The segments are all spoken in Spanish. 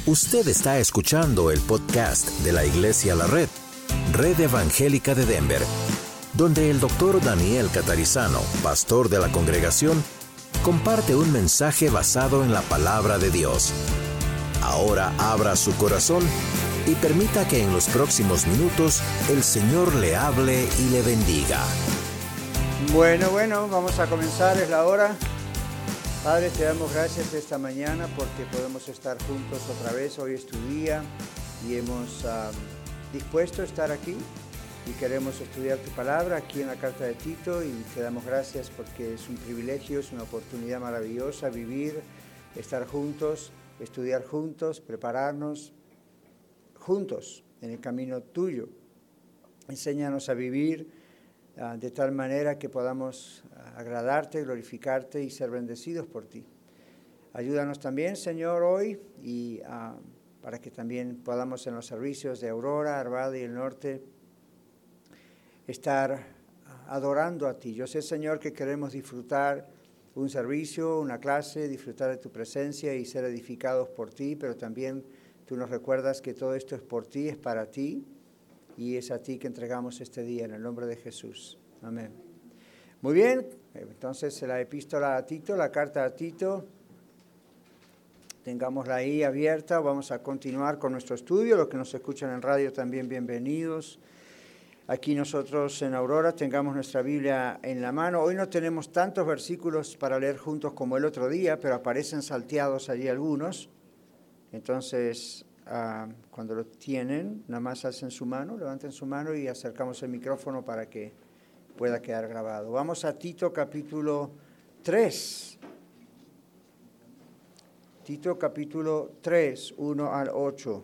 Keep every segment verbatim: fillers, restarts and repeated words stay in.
Usted está escuchando el podcast de la Iglesia La Red, Red Evangélica de Denver, donde el doctor Daniel Catarizano, pastor de la congregación, comparte un mensaje basado en la palabra de Dios. Ahora abra su corazón y permita que en los próximos minutos el Señor le hable y le bendiga. Bueno, bueno, vamos a comenzar, es la hora. Padre, te damos gracias esta mañana porque podemos estar juntos otra vez. Hoy es tu día y hemos uh, dispuesto a estar aquí y queremos estudiar tu palabra aquí en la carta de Tito, y te damos gracias porque es un privilegio, es una oportunidad maravillosa vivir, estar juntos, estudiar juntos, prepararnos juntos en el camino tuyo. Enséñanos a vivir Uh, de tal manera que podamos uh, agradarte, glorificarte y ser bendecidos por ti. Ayúdanos también, Señor, hoy, y uh, para que también podamos en los servicios de Aurora, Arvada y el Norte estar uh, adorando a ti. Yo sé, Señor, que queremos disfrutar un servicio, una clase, disfrutar de tu presencia y ser edificados por ti, pero también tú nos recuerdas que todo esto es por ti, es para ti, y es a ti que entregamos este día, en el nombre de Jesús. Amén. Muy bien, entonces la epístola a Tito, la carta a Tito, tengámosla ahí abierta. Vamos a continuar con nuestro estudio. Los que nos escuchan en radio también bienvenidos. Aquí nosotros en Aurora tengamos nuestra Biblia en la mano. Hoy no tenemos tantos versículos para leer juntos como el otro día, pero aparecen salteados allí algunos. Entonces, Uh, cuando lo tienen, nada más alcen su mano, levanten su mano y acercamos el micrófono para que pueda quedar grabado. Vamos a Tito capítulo tres. Tito capítulo tres, uno al ocho.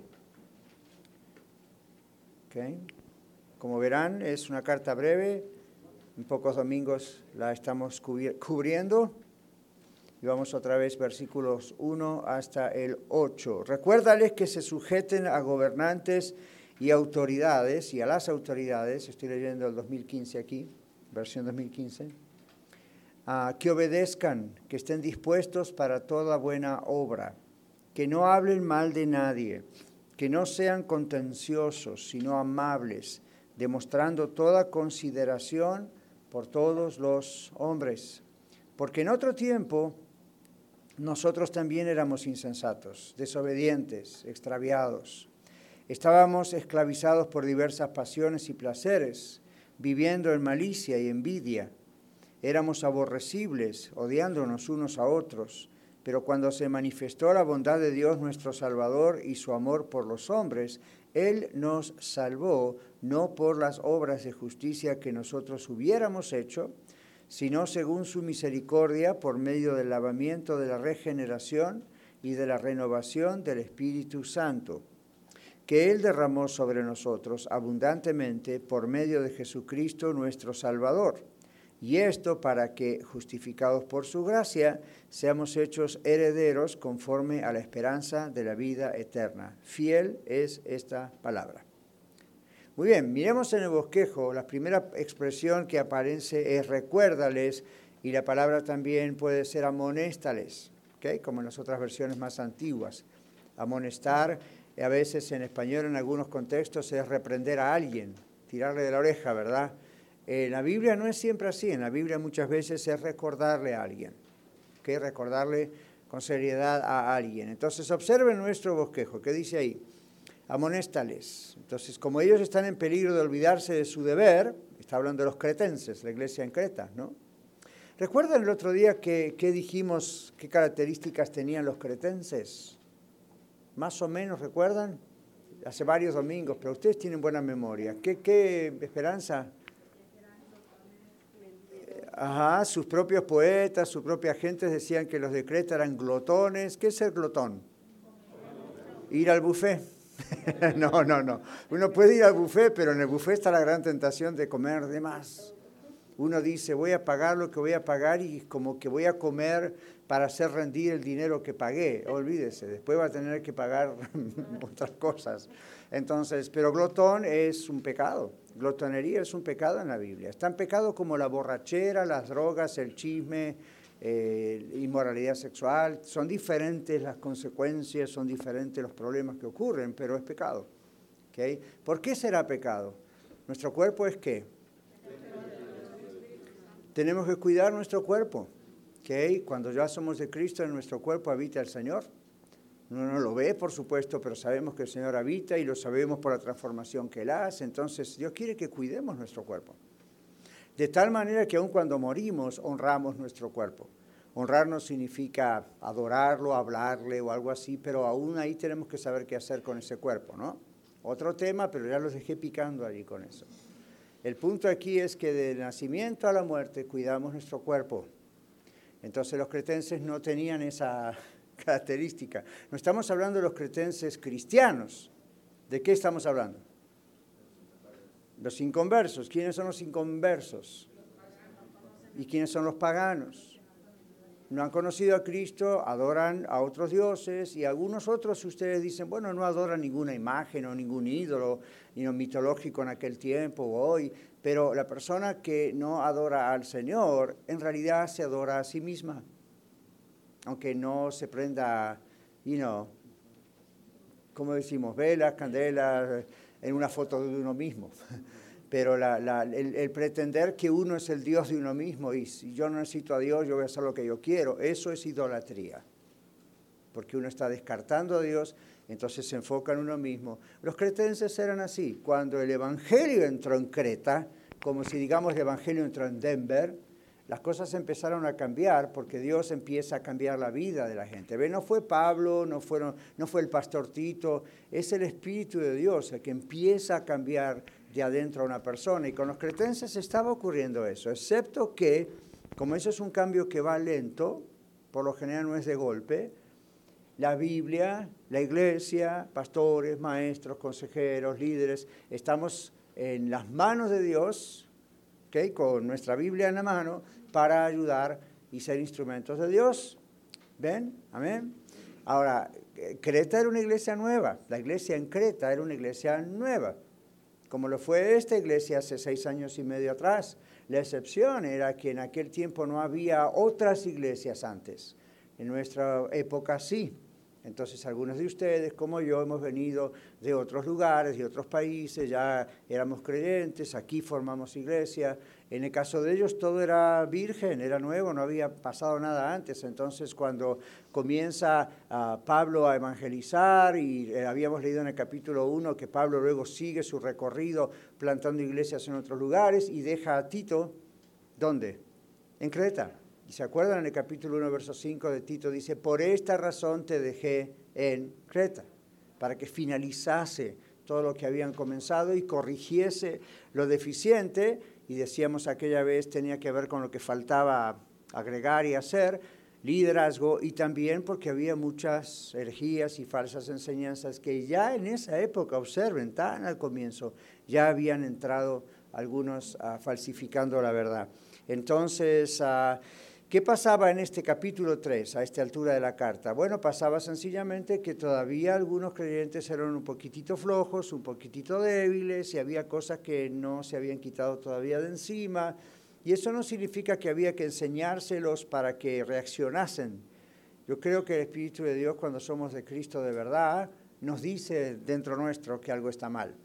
Okay. Como verán, es una carta breve. En pocos domingos la estamos cubri- cubriendo. Y vamos otra vez, versículos uno hasta el ocho. Recuérdales que se sujeten a gobernantes y autoridades, y a las autoridades, estoy leyendo el dos mil quince aquí, versión dos mil quince, uh, que obedezcan, que estén dispuestos para toda buena obra, que no hablen mal de nadie, que no sean contenciosos, sino amables, demostrando toda consideración por todos los hombres. Porque en otro tiempo nosotros también éramos insensatos, desobedientes, extraviados. Estábamos esclavizados por diversas pasiones y placeres, viviendo en malicia y envidia. Éramos aborrecibles, odiándonos unos a otros. Pero cuando se manifestó la bondad de Dios nuestro Salvador y su amor por los hombres, Él nos salvó, no por las obras de justicia que nosotros hubiéramos hecho, sino según su misericordia, por medio del lavamiento de la regeneración y de la renovación del Espíritu Santo, que Él derramó sobre nosotros abundantemente por medio de Jesucristo nuestro Salvador. Y esto para que, justificados por su gracia, seamos hechos herederos conforme a la esperanza de la vida eterna. Fiel es esta palabra. Muy bien, miremos en el bosquejo. La primera expresión que aparece es recuérdales, y la palabra también puede ser amonéstales, ¿okay? Como en las otras versiones más antiguas. Amonestar, a veces en español en algunos contextos, es reprender a alguien, tirarle de la oreja, ¿verdad? En la Biblia no es siempre así. En la Biblia muchas veces es recordarle a alguien, ¿okay? Recordarle con seriedad a alguien. Entonces observen nuestro bosquejo. ¿Qué dice ahí? Amonéstales. Entonces, como ellos están en peligro de olvidarse de su deber, está hablando de los cretenses, la iglesia en Creta, ¿no? ¿Recuerdan el otro día que, que dijimos qué características tenían los cretenses? Más o menos, ¿recuerdan? Hace varios domingos, pero ustedes tienen buena memoria. ¿Qué, qué Esperanza? Ajá, sus propios poetas, sus propias gentes decían que los de Creta eran glotones. ¿Qué es ser glotón? Ir al buffet. No, no, no. Uno puede ir al buffet, pero en el buffet está la gran tentación de comer de más. Uno dice, voy a pagar lo que voy a pagar y como que voy a comer para hacer rendir el dinero que pagué. Olvídese, después va a tener que pagar otras cosas. Entonces, pero glotón es un pecado. Glotonería es un pecado en la Biblia. Es tan pecado como la borrachera, las drogas, el chisme, eh, inmoralidad sexual. Son diferentes las consecuencias, son diferentes los problemas que ocurren, pero es pecado. ¿Okay? ¿Por qué será pecado? ¿Nuestro cuerpo es qué? Tenemos que cuidar nuestro cuerpo. ¿Okay? Cuando ya somos de Cristo, en nuestro cuerpo habita el Señor. Uno no lo ve, por supuesto, pero sabemos que el Señor habita y lo sabemos por la transformación que Él hace. Entonces, Dios quiere que cuidemos nuestro cuerpo. De tal manera que aun cuando morimos, honramos nuestro cuerpo. Honrarnos significa adorarlo, hablarle o algo así, pero aún ahí tenemos que saber qué hacer con ese cuerpo, ¿no? Otro tema, pero ya los dejé picando allí con eso. El punto aquí es que del nacimiento a la muerte cuidamos nuestro cuerpo. Entonces los cretenses no tenían esa característica. No estamos hablando de los cretenses cristianos. ¿De qué estamos hablando? Los inconversos. ¿Quiénes son los inconversos? ¿Y quiénes son los paganos? No han conocido a Cristo, adoran a otros dioses y algunos otros ustedes dicen, bueno, no adoran ninguna imagen o ningún ídolo ni no mitológico en aquel tiempo o hoy, pero la persona que no adora al Señor en realidad se adora a sí misma. Aunque no se prenda, you know, como decimos, velas, candelas, en una foto de uno mismo. Pero la, la, el, el pretender que uno es el Dios de uno mismo y si yo no necesito a Dios, yo voy a hacer lo que yo quiero, eso es idolatría. Porque uno está descartando a Dios, entonces se enfoca en uno mismo. Los cretenses eran así. Cuando el Evangelio entró en Creta, como si digamos el Evangelio entró en Denver, las cosas empezaron a cambiar porque Dios empieza a cambiar la vida de la gente. ¿Ve? No fue Pablo, no, fueron, no fue el pastor Tito, es el Espíritu de Dios el que empieza a cambiar de adentro a una persona. Y con los cretenses estaba ocurriendo eso, excepto que, como eso es un cambio que va lento, por lo general no es de golpe, la Biblia, la iglesia, pastores, maestros, consejeros, líderes, estamos en las manos de Dios, ¿okay? Con nuestra Biblia en la mano, para ayudar y ser instrumentos de Dios. ¿Ven? Amén. Ahora, Creta era una iglesia nueva. La iglesia en Creta era una iglesia nueva, como lo fue esta iglesia hace seis años y medio atrás. La excepción era que en aquel tiempo no había otras iglesias antes. En nuestra época sí. Entonces, algunos de ustedes, como yo, hemos venido de otros lugares, de otros países, ya éramos creyentes, aquí formamos iglesia. En el caso de ellos, todo era virgen, era nuevo, no había pasado nada antes. Entonces, cuando comienza uh, Pablo a evangelizar, y eh, habíamos leído en el capítulo uno que Pablo luego sigue su recorrido plantando iglesias en otros lugares y deja a Tito, ¿dónde? En Creta. Y se acuerdan en el capítulo uno, verso cinco de Tito, dice, por esta razón te dejé en Creta, para que finalizase todo lo que habían comenzado y corrigiese lo deficiente, y decíamos aquella vez tenía que ver con lo que faltaba agregar y hacer, liderazgo, y también porque había muchas herejías y falsas enseñanzas que ya en esa época, observen, tan al comienzo, ya habían entrado algunos uh, falsificando la verdad. Entonces, uh, ¿qué pasaba en este capítulo tres, a esta altura de la carta? Bueno, pasaba sencillamente que todavía algunos creyentes eran un poquitito flojos, un poquitito débiles, y había cosas que no se habían quitado todavía de encima, y eso no significa que había que enseñárselos para que reaccionasen. Yo creo que el Espíritu de Dios, cuando somos de Cristo de verdad, nos dice dentro nuestro que algo está mal.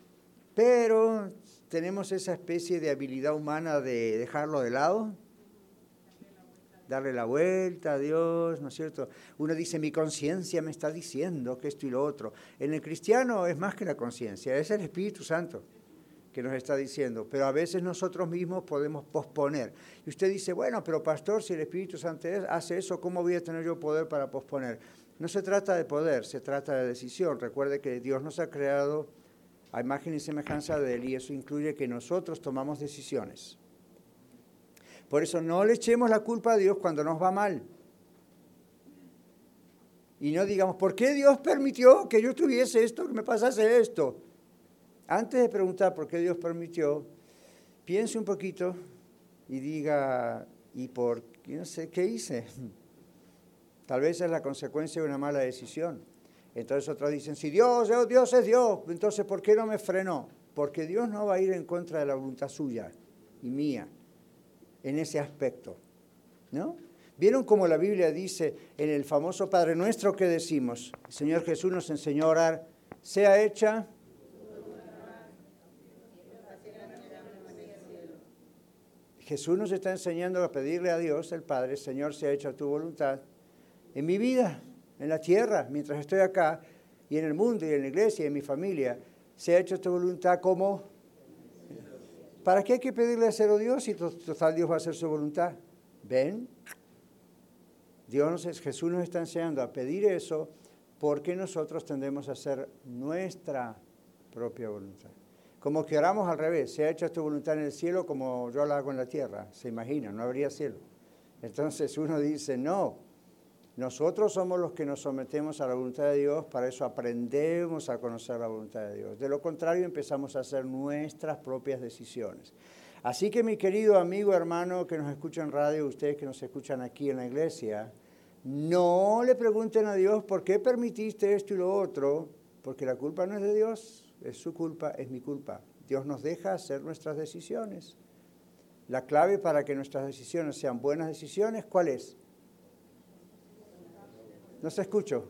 Pero tenemos esa especie de habilidad humana de dejarlo de lado, darle la vuelta a Dios, ¿no es cierto? Uno dice, mi conciencia me está diciendo que esto y lo otro. En el cristiano es más que la conciencia, es el Espíritu Santo que nos está diciendo, pero a veces nosotros mismos podemos posponer. Y usted dice, bueno, pero pastor, si el Espíritu Santo hace eso, ¿cómo voy a tener yo poder para posponer? No se trata de poder, se trata de decisión. Recuerde que Dios nos ha creado a imagen y semejanza de Él, y eso incluye que nosotros tomamos decisiones. Por eso no le echemos la culpa a Dios cuando nos va mal. Y no digamos, ¿por qué Dios permitió que yo tuviese esto, que me pasase esto? Antes de preguntar por qué Dios permitió, piense un poquito y diga, ¿y por qué? No sé, ¿qué hice? Tal vez es la consecuencia de una mala decisión. Entonces otros dicen, si Dios, Dios es Dios, entonces ¿por qué no me frenó? Porque Dios no va a ir en contra de la voluntad suya y mía en ese aspecto, ¿no? ¿Vieron cómo la Biblia dice en el famoso Padre Nuestro que decimos? El Señor Jesús nos enseñó a orar, sea hecha. Jesús nos está enseñando a pedirle a Dios, el Padre, Señor, sea hecha tu voluntad en mi vida, en la tierra, mientras estoy acá, y en el mundo, y en la iglesia, y en mi familia, sea hecha tu voluntad como... ¿Para qué hay que pedirle a cero Dios si total Dios va a hacer su voluntad? ¿Ven? Dios nos, Jesús nos está enseñando a pedir eso porque nosotros tendemos a hacer nuestra propia voluntad. Como que oramos al revés, sea hecha tu voluntad en el cielo como yo la hago en la tierra. Se imagina, no habría cielo. Entonces uno dice, no, nosotros somos los que nos sometemos a la voluntad de Dios, para eso aprendemos a conocer la voluntad de Dios. De lo contrario, empezamos a hacer nuestras propias decisiones. Así que mi querido amigo, hermano, que nos escucha en radio, ustedes que nos escuchan aquí en la iglesia, no le pregunten a Dios por qué permitiste esto y lo otro, porque la culpa no es de Dios. Es su culpa, es mi culpa. Dios nos deja hacer nuestras decisiones. La clave para que nuestras decisiones sean buenas decisiones, ¿cuál es? No se escucho.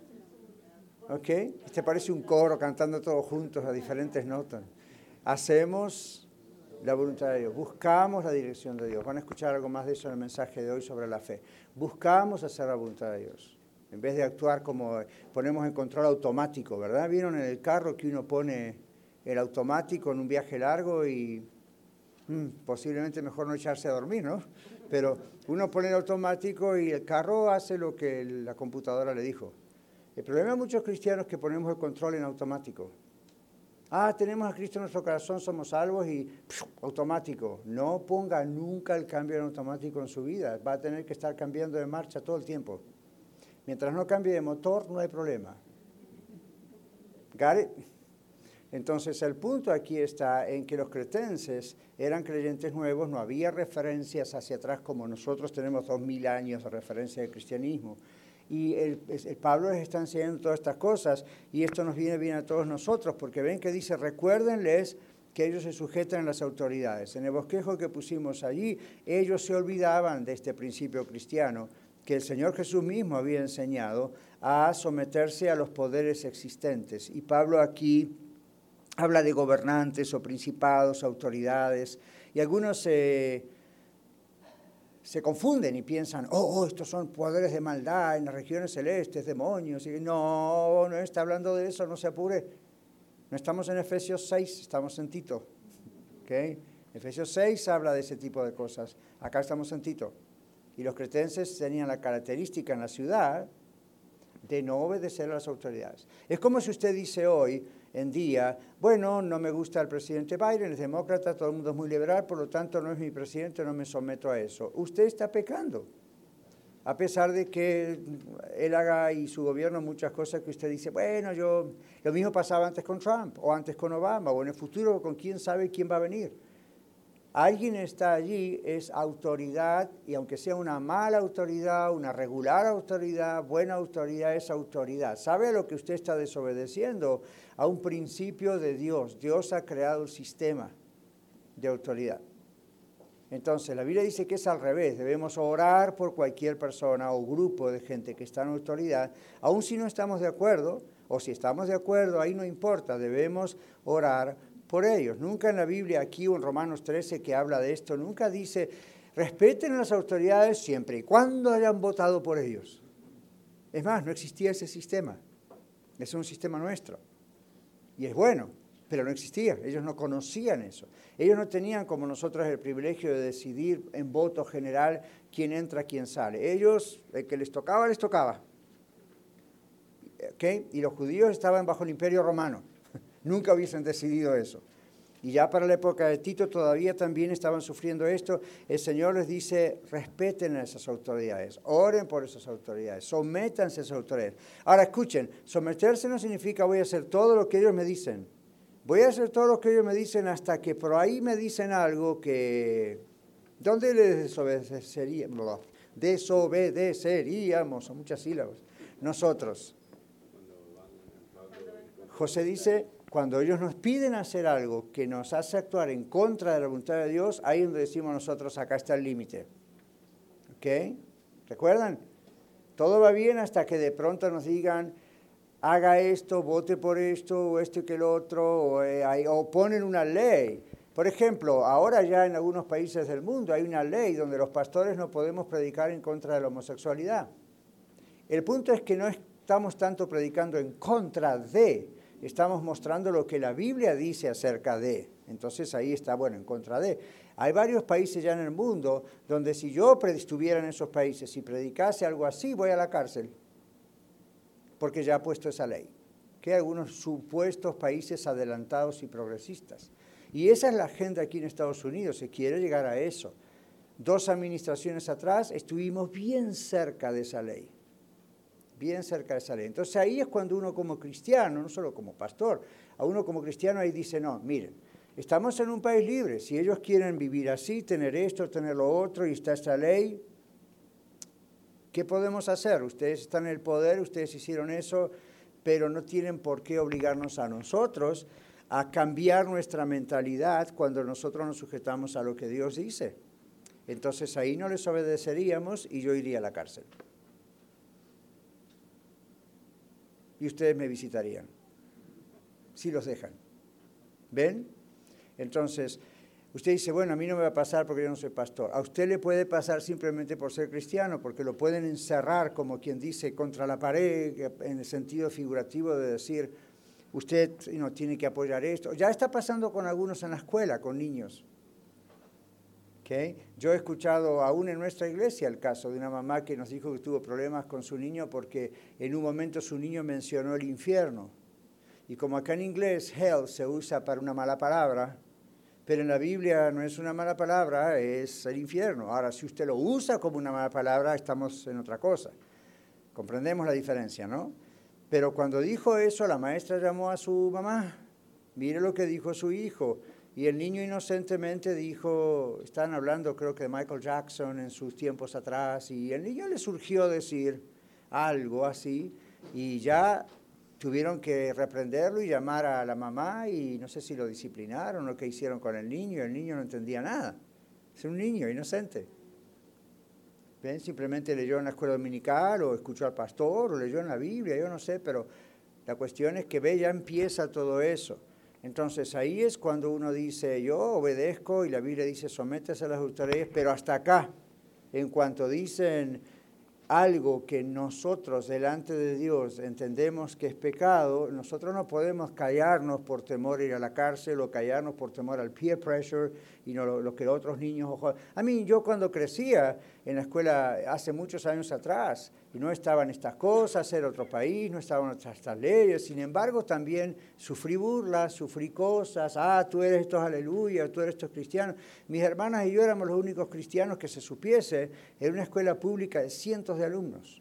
¿Ok? Este parece un coro cantando todos juntos a diferentes notas. Hacemos la voluntad de Dios. Buscamos la dirección de Dios. Van a escuchar algo más de eso en el mensaje de hoy sobre la fe. Buscamos hacer la voluntad de Dios. En vez de actuar como ponemos en control automático, ¿verdad? ¿Vieron en el carro que uno pone el automático en un viaje largo y hmm, posiblemente mejor no echarse a dormir, ¿no? Pero uno pone el automático y el carro hace lo que la computadora le dijo. El problema de muchos cristianos es que ponemos el control en automático. Ah, tenemos a Cristo en nuestro corazón, somos salvos y psh, automático. No ponga nunca el cambio en automático en su vida. Va a tener que estar cambiando de marcha todo el tiempo. Mientras no cambie de motor, no hay problema. ¿Got it? Entonces, el punto aquí está en que los cretenses eran creyentes nuevos, no había referencias hacia atrás como nosotros tenemos dos mil años de referencia del cristianismo. Y el, el Pablo les está enseñando todas estas cosas y esto nos viene bien a todos nosotros porque ven que dice, recuérdenles que ellos se sujetan a las autoridades. En el bosquejo que pusimos allí, ellos se olvidaban de este principio cristiano que el Señor Jesús mismo había enseñado a someterse a los poderes existentes. Y Pablo aquí habla de gobernantes o principados, autoridades, y algunos se, se confunden y piensan, oh, oh, estos son poderes de maldad en las regiones celestes, demonios. Y no, no está hablando de eso, no se apure. No estamos en Efesios seis, estamos en Tito. ¿Okay? Efesios seis habla de ese tipo de cosas. Acá estamos en Tito. Y los cretenses tenían la característica en la ciudad de no obedecer a las autoridades. Es como si usted dice hoy en día, bueno, no me gusta el presidente Biden, es demócrata, todo el mundo es muy liberal, por lo tanto no es mi presidente, no me someto a eso. Usted está pecando, a pesar de que él haga y su gobierno muchas cosas que usted dice, bueno, yo, lo mismo pasaba antes con Trump, o antes con Obama, o en el futuro con quién sabe quién va a venir. Alguien está allí, es autoridad, y aunque sea una mala autoridad, una regular autoridad, buena autoridad, es autoridad. ¿Sabe a lo que usted está desobedeciendo? A un principio de Dios. Dios ha creado el sistema de autoridad. Entonces, la Biblia dice que es al revés. Debemos orar por cualquier persona o grupo de gente que está en autoridad, aun si no estamos de acuerdo, o si estamos de acuerdo, ahí no importa, debemos orar por ellos. Nunca en la Biblia, aquí o en Romanos trece que habla de esto, nunca dice, respeten a las autoridades siempre y cuando hayan votado por ellos. Es más, no existía ese sistema. Es un sistema nuestro. Y es bueno, pero no existía. Ellos no conocían eso. Ellos no tenían como nosotros el privilegio de decidir en voto general quién entra, quién sale. Ellos, el que les tocaba, les tocaba. ¿Okay? Y los judíos estaban bajo el Imperio Romano. Nunca hubiesen decidido eso. Y ya para la época de Tito todavía también estaban sufriendo esto. El Señor les dice, respeten a esas autoridades, oren por esas autoridades, sométanse a esas autoridades. Ahora escuchen, someterse no significa voy a hacer todo lo que ellos me dicen. Voy a hacer todo lo que ellos me dicen hasta que por ahí me dicen algo que... ¿Dónde les desobedeceríamos? Desobedeceríamos, son muchas sílabas. Nosotros. José dice, cuando ellos nos piden hacer algo que nos hace actuar en contra de la voluntad de Dios, ahí es donde decimos nosotros, acá está el límite. ¿Ok? ¿Recuerdan? Todo va bien hasta que de pronto nos digan, haga esto, vote por esto, o esto y que el otro, o, eh, o ponen una ley. Por ejemplo, ahora ya en algunos países del mundo hay una ley donde los pastores no podemos predicar en contra de la homosexualidad. El punto es que no estamos tanto predicando en contra de, estamos mostrando lo que la Biblia dice acerca de. Entonces ahí está, bueno, en contra de. Hay varios países ya en el mundo donde si yo estuviera en esos países y predicase algo así, voy a la cárcel, porque ya ha puesto esa ley. Que hay algunos supuestos países adelantados y progresistas. Y esa es la agenda aquí en Estados Unidos, se quiere llegar a eso. Dos administraciones atrás estuvimos bien cerca de esa ley, bien cerca de esa ley. Entonces ahí es cuando uno como cristiano, no solo como pastor, a uno como cristiano ahí dice, no, miren, estamos en un país libre, si ellos quieren vivir así, tener esto, tener lo otro, y está esta ley, ¿qué podemos hacer? Ustedes están en el poder, ustedes hicieron eso, pero no tienen por qué obligarnos a nosotros a cambiar nuestra mentalidad cuando nosotros nos sujetamos a lo que Dios dice. Entonces ahí no les obedeceríamos y yo iría a la cárcel. Y ustedes me visitarían, si los dejan. ¿Ven? Entonces, usted dice, bueno, a mí no me va a pasar porque yo no soy pastor. A usted le puede pasar simplemente por ser cristiano, porque lo pueden encerrar, como quien dice, contra la pared, en el sentido figurativo de decir, usted no tiene que apoyar esto. Ya está pasando con algunos en la escuela, con niños. ¿Okay? Yo he escuchado aún en nuestra iglesia el caso de una mamá que nos dijo que tuvo problemas con su niño porque en un momento su niño mencionó el infierno. Y como acá en inglés hell se usa para una mala palabra, pero en la Biblia no es una mala palabra, es el infierno. Ahora, si usted lo usa como una mala palabra, estamos en otra cosa. Comprendemos la diferencia, ¿no? Pero cuando dijo eso, la maestra llamó a su mamá. Mire lo que dijo su hijo. Y el niño inocentemente dijo, están hablando creo que de Michael Jackson en sus tiempos atrás, y el niño le surgió decir algo así, y ya tuvieron que reprenderlo y llamar a la mamá, y no sé si lo disciplinaron o qué hicieron con el niño, el niño no entendía nada. Es un niño inocente. ¿Ven? Simplemente leyó en la escuela dominical, o escuchó al pastor, o leyó en la Biblia, yo no sé, pero la cuestión es que ve, ya empieza todo eso. Entonces ahí es cuando uno dice, yo obedezco, y la Biblia dice, sométese a las autoridades, pero hasta acá, en cuanto dicen algo que nosotros delante de Dios entendemos que es pecado, nosotros no podemos callarnos por temor a ir a la cárcel, o callarnos por temor al peer pressure y no lo, lo que otros niños... A mí, yo cuando crecía en la escuela hace muchos años atrás, y no estaban estas cosas, era otro país, no estaban estas leyes, sin embargo también sufrí burlas, sufrí cosas, ah, tú eres estos aleluya, tú eres estos cristianos. Mis hermanas y yo éramos los únicos cristianos que se supiese en una escuela pública de cientos de alumnos.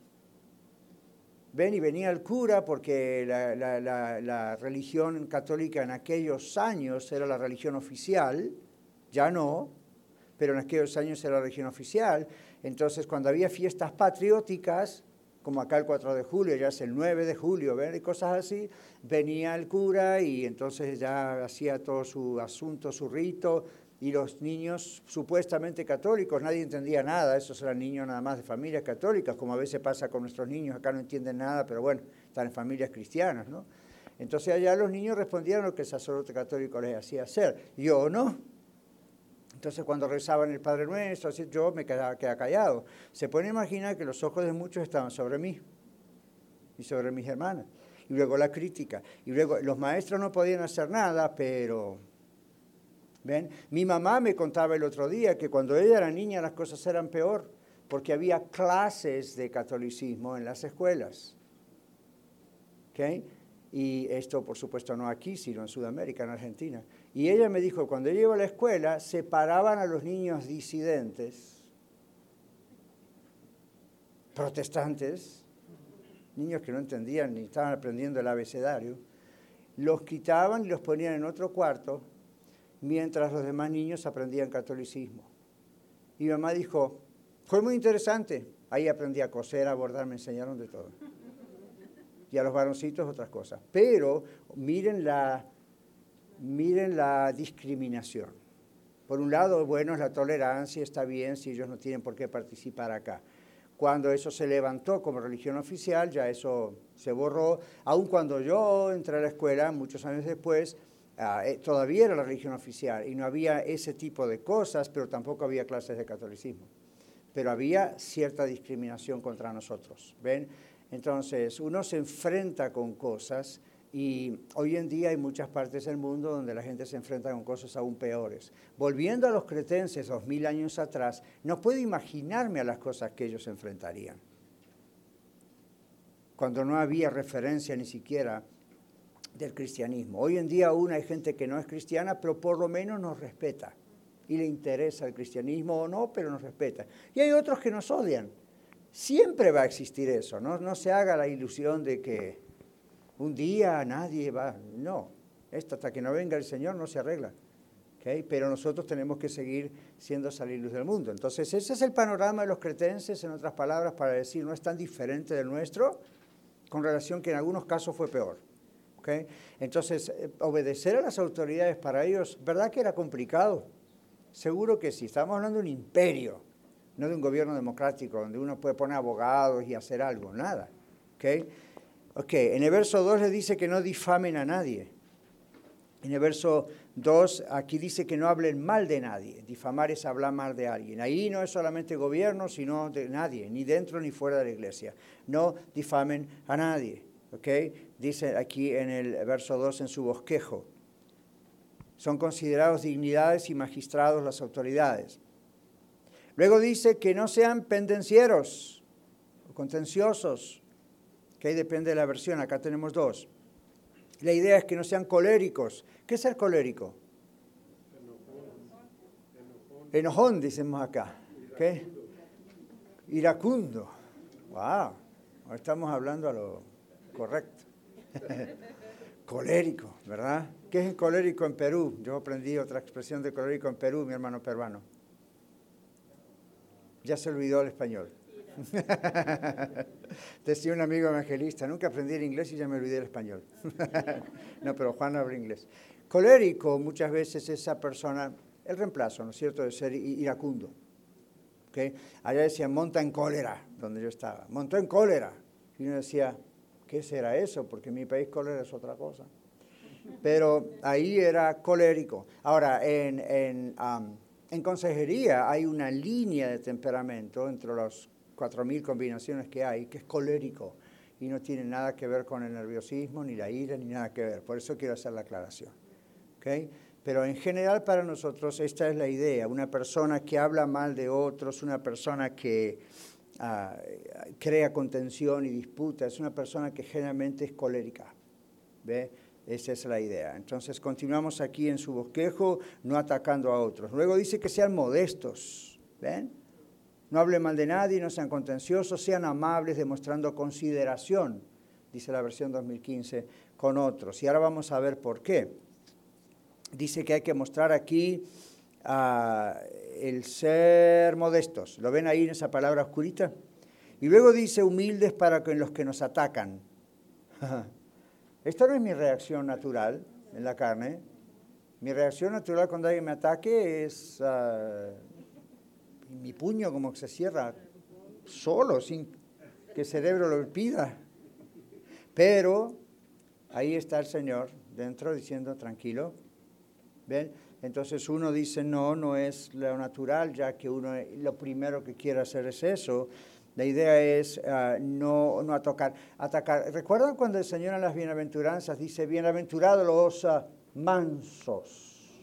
Ven, y venía el cura porque la, la, la, la religión católica en aquellos años era la religión oficial, ya no, pero en aquellos años era la religión oficial. Entonces, cuando había fiestas patrióticas, como acá el cuatro de julio, ya es el nueve de julio, ¿ven? Y cosas así, venía el cura y entonces ya hacía todo su asunto, su rito, y los niños supuestamente católicos, nadie entendía nada, esos eran niños nada más de familias católicas, como a veces pasa con nuestros niños, acá no entienden nada, pero bueno, están en familias cristianas, ¿no? Entonces allá los niños respondían lo que el sacerdote católico les hacía hacer, yo no. Entonces cuando rezaban el Padre Nuestro, así, yo me quedaba, quedaba callado. Se puede imaginar que los ojos de muchos estaban sobre mí y sobre mis hermanas. Y luego la crítica. Y luego los maestros no podían hacer nada, pero... ¿Ven? Mi mamá me contaba el otro día que cuando ella era niña las cosas eran peor, porque había clases de catolicismo en las escuelas. ¿Okay? Y esto, por supuesto, no aquí, sino en Sudamérica, en Argentina. Y ella me dijo, cuando ella iba a la escuela, separaban a los niños disidentes, protestantes, niños que no entendían ni estaban aprendiendo el abecedario, los quitaban y los ponían en otro cuarto, mientras los demás niños aprendían catolicismo. Y mi mamá dijo, fue muy interesante. Ahí aprendí a coser, a bordar, me enseñaron de todo. Y a los varoncitos otras cosas. Pero miren la, miren la discriminación. Por un lado, bueno, es la tolerancia, está bien si ellos no tienen por qué participar acá. Cuando eso se levantó como religión oficial, ya eso se borró. Aun cuando yo entré a la escuela, muchos años después, uh, eh, todavía era la religión oficial y no había ese tipo de cosas, pero tampoco había clases de catolicismo. Pero había cierta discriminación contra nosotros, ¿ven? Entonces, uno se enfrenta con cosas y hoy en día hay muchas partes del mundo donde la gente se enfrenta con cosas aún peores. Volviendo a los cretenses dos mil años atrás, no puedo imaginarme a las cosas que ellos enfrentarían. Cuando no había referencia ni siquiera del cristianismo. Hoy en día aún hay gente que no es cristiana, pero por lo menos nos respeta. Y le interesa el cristianismo o no, pero nos respeta. Y hay otros que nos odian. Siempre va a existir eso, ¿no? No se haga la ilusión de que un día nadie va. No, esto hasta que no venga el Señor no se arregla. ¿Okay? Pero nosotros tenemos que seguir siendo sal y luz del mundo. Entonces ese es el panorama de los cretenses, en otras palabras, para decir, no es tan diferente del nuestro, con relación que en algunos casos fue peor. ¿Okay? Entonces, obedecer a las autoridades para ellos, ¿verdad que era complicado? Seguro que sí. Estamos hablando de un imperio, no de un gobierno democrático, donde uno puede poner abogados y hacer algo, nada. ¿Okay? Ok, en el verso dos le dice que no difamen a nadie. En el verso dos, aquí dice que no hablen mal de nadie. Difamar es hablar mal de alguien. Ahí no es solamente gobierno, sino de nadie, ni dentro ni fuera de la iglesia. No difamen a nadie. Ok, dice aquí en el verso dos en su bosquejo. Son considerados dignidades y magistrados las autoridades. Luego dice que no sean pendencieros o contenciosos. Que ahí depende de la versión, acá tenemos dos. La idea es que no sean coléricos. ¿Qué es ser colérico? Enojón, Enojón decimos acá. ¿Qué? Iracundo. Wow, ahora estamos hablando a lo correcto. Colérico, ¿verdad? ¿Qué es colérico en Perú? Yo aprendí otra expresión de colérico en Perú, mi hermano peruano. Ya se olvidó el español. Decía un amigo evangelista, nunca aprendí el inglés y ya me olvidé el español. No, pero Juan habla inglés. Colérico muchas veces es esa persona, el reemplazo, ¿no es cierto?, de ser iracundo. ¿Okay? Allá decían, monta en cólera, donde yo estaba. Montó en cólera. Y uno decía, ¿qué será eso? Porque en mi país cólera es otra cosa. Pero ahí era colérico. Ahora, en, en, um, en consejería hay una línea de temperamento entre los cuatro mil combinaciones que hay, que es colérico, y no tiene nada que ver con el nerviosismo, ni la ira, ni nada que ver. Por eso quiero hacer la aclaración. ¿Okay? Pero en general para nosotros esta es la idea, una persona que habla mal de otros, una persona que uh, crea contención y disputa, es una persona que generalmente es colérica. ¿Ve? Esa es la idea. Entonces continuamos aquí en su bosquejo, no atacando a otros. Luego dice que sean modestos. ¿Ven? No hablen mal de nadie, no sean contenciosos, sean amables, demostrando consideración, dice la versión dos mil quince, con otros. Y ahora vamos a ver por qué. Dice que hay que mostrar aquí uh, el ser modestos. ¿Lo ven ahí en esa palabra oscurita? Y luego dice humildes para con los que nos atacan. Esta no es mi reacción natural en la carne. Mi reacción natural cuando alguien me ataque es... Uh, mi puño como que se cierra solo, sin que el cerebro lo pida. Pero ahí está el Señor dentro diciendo, tranquilo. ¿Ven? Entonces uno dice, no, no es lo natural, ya que uno lo primero que quiere hacer es eso. La idea es uh, no, no atacar, atacar. ¿Recuerdan cuando el Señor en las bienaventuranzas dice, bienaventurados los uh, mansos?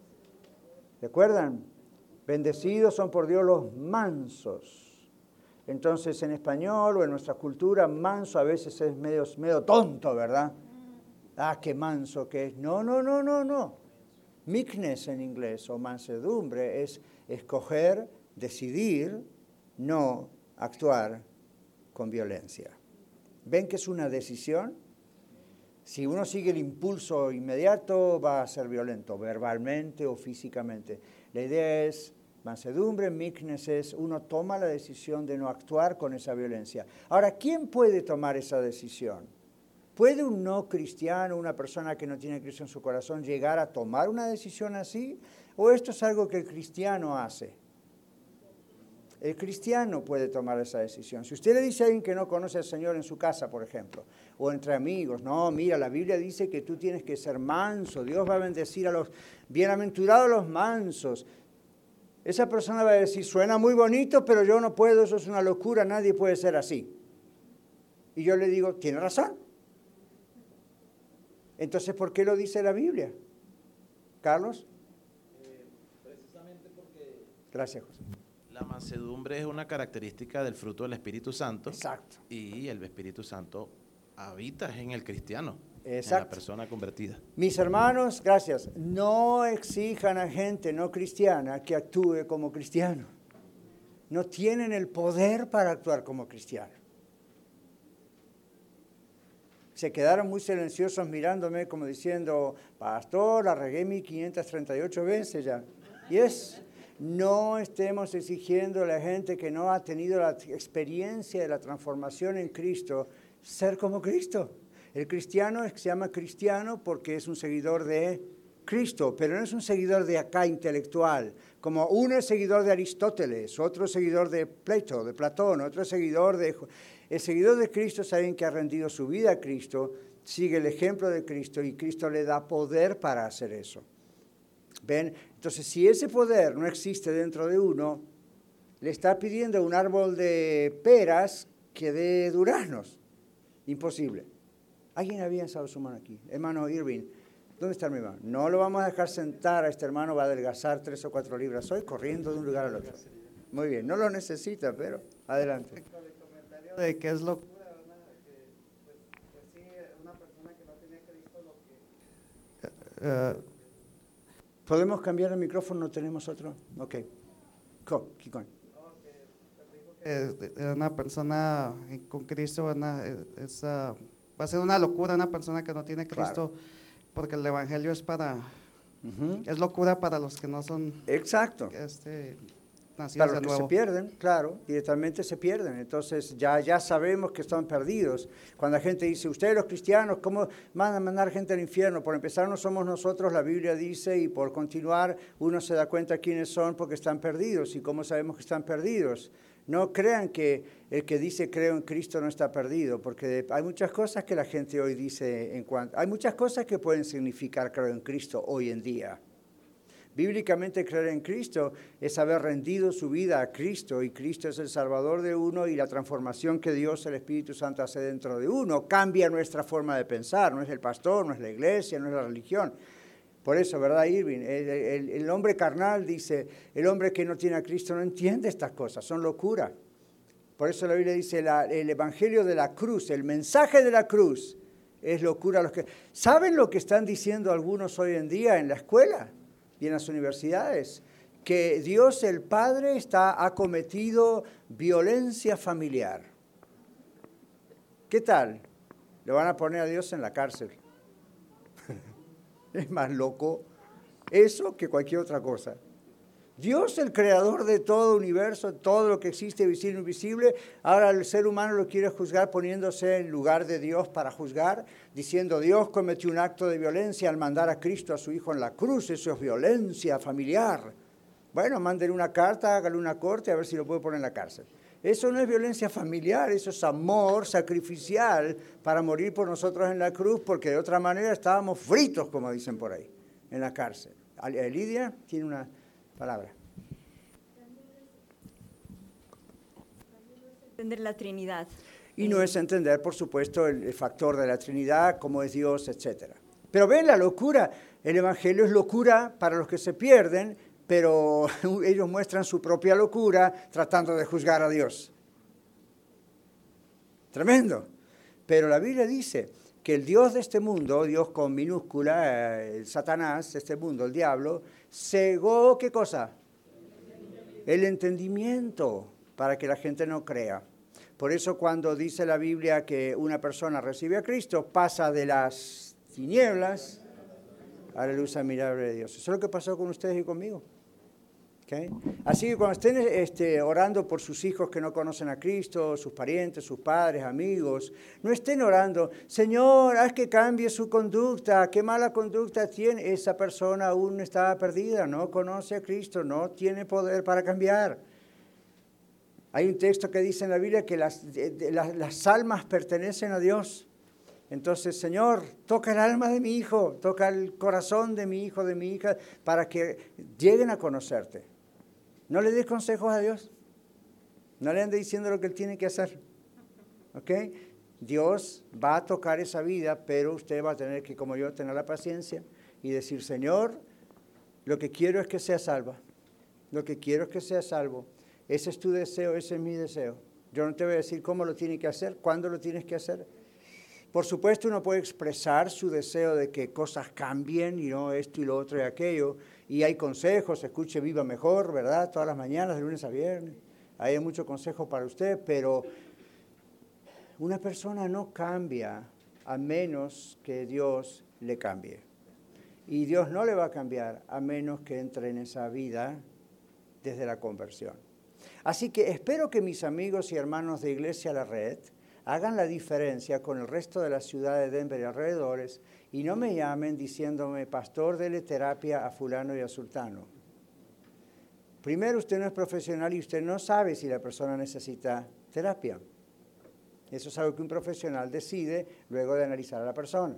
¿Recuerdan? Bendecidos son por Dios los mansos. Entonces, en español o en nuestra cultura, manso a veces es medio, medio tonto, ¿verdad? Ah, qué manso que es. No, no, no, no, no. Meekness en inglés o mansedumbre es escoger, decidir, no actuar con violencia. ¿Ven que es una decisión? Si uno sigue el impulso inmediato, va a ser violento, verbalmente o físicamente. La idea es mansedumbre, meekness es uno toma la decisión de no actuar con esa violencia. Ahora, ¿quién puede tomar esa decisión? ¿Puede un no cristiano, una persona que no tiene Cristo en su corazón, llegar a tomar una decisión así? ¿O esto es algo que el cristiano hace? El cristiano puede tomar esa decisión. Si usted le dice a alguien que no conoce al Señor en su casa, por ejemplo, o entre amigos, no, mira, la Biblia dice que tú tienes que ser manso, Dios va a bendecir a los bienaventurados los mansos. Esa persona va a decir, suena muy bonito, pero yo no puedo, eso es una locura, nadie puede ser así. Y yo le digo, tiene razón. Entonces, ¿por qué lo dice la Biblia? Carlos. Eh, precisamente porque... Gracias, José. La mansedumbre es una característica del fruto del Espíritu Santo. Exacto. Y el Espíritu Santo habita en el cristiano, Exacto. en la persona convertida. Mis hermanos, gracias, no exijan a gente no cristiana que actúe como cristiano. No tienen el poder para actuar como cristiano. Se quedaron muy silenciosos mirándome como diciendo, pastor, la regué mil quinientas treinta y ocho veces ya. Y es, no estemos exigiendo a la gente que no ha tenido la experiencia de la transformación en Cristo, ser como Cristo. El cristiano se llama cristiano porque es un seguidor de Cristo, pero no es un seguidor de acá intelectual, como uno es seguidor de Aristóteles, otro es seguidor de Plato, de Platón, otro es seguidor de... El seguidor de Cristo es alguien que ha rendido su vida a Cristo, sigue el ejemplo de Cristo y Cristo le da poder para hacer eso. ¿Ven? Entonces, si ese poder no existe dentro de uno, le está pidiendo un árbol de peras que dé duraznos. Imposible. ¿Alguien había alzado su mano aquí? Hermano Irving, ¿dónde está mi hermano? No lo vamos a dejar sentar a este hermano, va a adelgazar tres o cuatro libras hoy corriendo de un lugar al otro. Muy bien, no lo necesita, pero adelante. De que es locura, ¿verdad? Que, pues, pues sí, una persona que no tiene Cristo lo que... Uh, ¿Podemos cambiar el micrófono? ¿No tenemos otro? Ok. Go, keep going. Eh, una persona con Cristo, ¿verdad? Es, uh, va a ser una locura una persona que no tiene Cristo, claro. Porque el Evangelio es para, uh-huh. es locura para los que no son... Exacto. Este, Para los que se pierden, claro, directamente se pierden. Entonces ya, ya sabemos que están perdidos. Cuando la gente dice, ustedes los cristianos, ¿cómo van a mandar gente al infierno? Por empezar no somos nosotros, la Biblia dice, y por continuar uno se da cuenta quiénes son porque están perdidos. ¿Y cómo sabemos que están perdidos? No crean que el que dice creo en Cristo no está perdido, porque hay muchas cosas que la gente hoy dice en cuanto... Hay muchas cosas que pueden significar creo en Cristo hoy en día. Bíblicamente creer en Cristo es haber rendido su vida a Cristo y Cristo es el Salvador de uno y la transformación que Dios, el Espíritu Santo, hace dentro de uno cambia nuestra forma de pensar, no es el pastor, no es la iglesia, no es la religión. Por eso, ¿verdad, Irving? El, el, el hombre carnal dice, el hombre que no tiene a Cristo no entiende estas cosas, son locura. Por eso la Biblia dice, la, el evangelio de la cruz, el mensaje de la cruz es locura. Los que, ¿saben lo que están diciendo algunos hoy en día en la escuela y en las universidades? Que Dios el Padre está, ha cometido violencia familiar. ¿Qué tal? Le van a poner a Dios en la cárcel. Es más loco eso que cualquier otra cosa. Dios, el creador de todo universo, todo lo que existe, visible e invisible, ahora el ser humano lo quiere juzgar poniéndose en lugar de Dios para juzgar, diciendo Dios cometió un acto de violencia al mandar a Cristo a su Hijo en la cruz, eso es violencia familiar. Bueno, mándele una carta, hágale una corte a ver si lo puede poner en la cárcel. Eso no es violencia familiar, eso es amor sacrificial para morir por nosotros en la cruz, porque de otra manera estábamos fritos, como dicen por ahí, en la cárcel. Lidia tiene una palabra. Entender la Trinidad. Y no es entender, por supuesto, el, el factor de la Trinidad, cómo es Dios, etcétera. Pero ven la locura, el Evangelio es locura para los que se pierden, pero ellos muestran su propia locura tratando de juzgar a Dios. Tremendo. Pero la Biblia dice que el Dios de este mundo, Dios con minúscula, el Satanás de este mundo, el diablo, cegó, ¿qué cosa? El entendimiento, para que la gente no crea. Por eso cuando dice la Biblia que una persona recibe a Cristo, pasa de las tinieblas a la luz admirable de Dios. Eso es lo que pasó con ustedes y conmigo. ¿Okay? Así que cuando estén este, orando por sus hijos que no conocen a Cristo, sus parientes, sus padres, amigos, no estén orando, Señor, haz que cambie su conducta, qué mala conducta tiene. Esa persona aún está perdida, no conoce a Cristo, no tiene poder para cambiar. Hay un texto que dice en la Biblia que las, de, de, las, las almas pertenecen a Dios. Entonces, Señor, toca el alma de mi hijo, toca el corazón de mi hijo, de mi hija, para que lleguen a conocerte. No le des consejos a Dios. No le ande diciendo lo que Él tiene que hacer. ¿Ok? Dios va a tocar esa vida, pero usted va a tener que, como yo, tener la paciencia y decir, Señor, lo que quiero es que sea salva. Lo que quiero es que sea salvo. Ese es tu deseo, ese es mi deseo. Yo no te voy a decir cómo lo tienes que hacer, cuándo lo tienes que hacer. Por supuesto, uno puede expresar su deseo de que cosas cambien y no esto y lo otro y aquello. Y hay consejos, escuche Viva Mejor, ¿verdad? Todas las mañanas, de lunes a viernes. Hay mucho consejo para usted, pero una persona no cambia a menos que Dios le cambie. Y Dios no le va a cambiar a menos que entre en esa vida desde la conversión. Así que espero que mis amigos y hermanos de Iglesia La Red hagan la diferencia con el resto de la ciudad de Denver y alrededores y no me llamen diciéndome, pastor, dele terapia a fulano y a sultano. Primero, usted no es profesional y usted no sabe si la persona necesita terapia. Eso es algo que un profesional decide luego de analizar a la persona.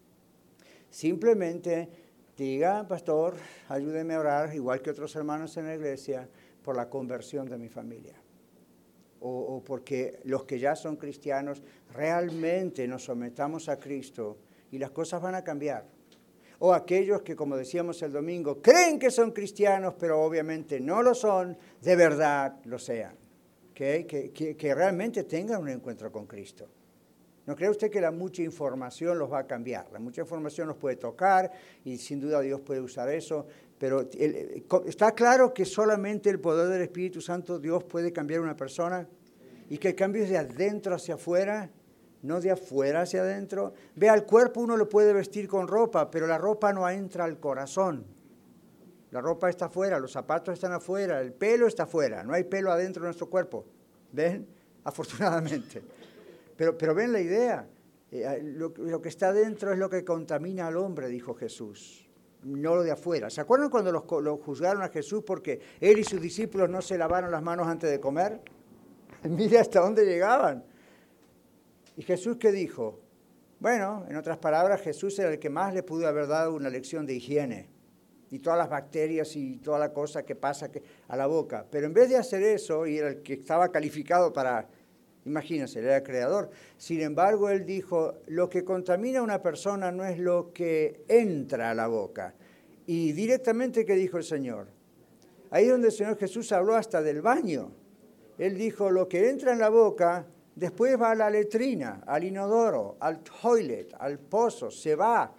Simplemente diga, pastor, ayúdeme a orar, igual que otros hermanos en la iglesia, por la conversión de mi familia. O, o porque los que ya son cristianos realmente nos sometamos a Cristo y las cosas van a cambiar. O aquellos que, como decíamos el domingo, creen que son cristianos, pero obviamente no lo son, de verdad lo sean. ¿Okay? Que, que, que realmente tengan un encuentro con Cristo. ¿No cree usted que la mucha información los va a cambiar? La mucha información los puede tocar y sin duda Dios puede usar eso, pero el, está claro que solamente el poder del Espíritu Santo, Dios puede cambiar a una persona y que el cambio es de adentro hacia afuera, no de afuera hacia adentro. Vea, el cuerpo uno lo puede vestir con ropa, pero la ropa no entra al corazón. La ropa está afuera, los zapatos están afuera, el pelo está afuera, no hay pelo adentro de nuestro cuerpo. ¿Ven? Afortunadamente. Pero, pero ven la idea, eh, lo, lo que está adentro es lo que contamina al hombre, dijo Jesús, no lo de afuera. ¿Se acuerdan cuando los, lo juzgaron a Jesús porque él y sus discípulos no se lavaron las manos antes de comer? Mire hasta dónde llegaban. ¿Y Jesús qué dijo? Bueno, en otras palabras, Jesús era el que más le pudo haber dado una lección de higiene y todas las bacterias y toda la cosa que pasa que, a la boca. Pero en vez de hacer eso, y era el que estaba calificado para... Imagínense, él era el creador. Sin embargo, él dijo, lo que contamina a una persona no es lo que entra a la boca. Y directamente, ¿qué dijo el Señor? Ahí es donde el Señor Jesús habló hasta del baño. Él dijo, lo que entra en la boca, después va a la letrina, al inodoro, al toilet, al pozo, se va.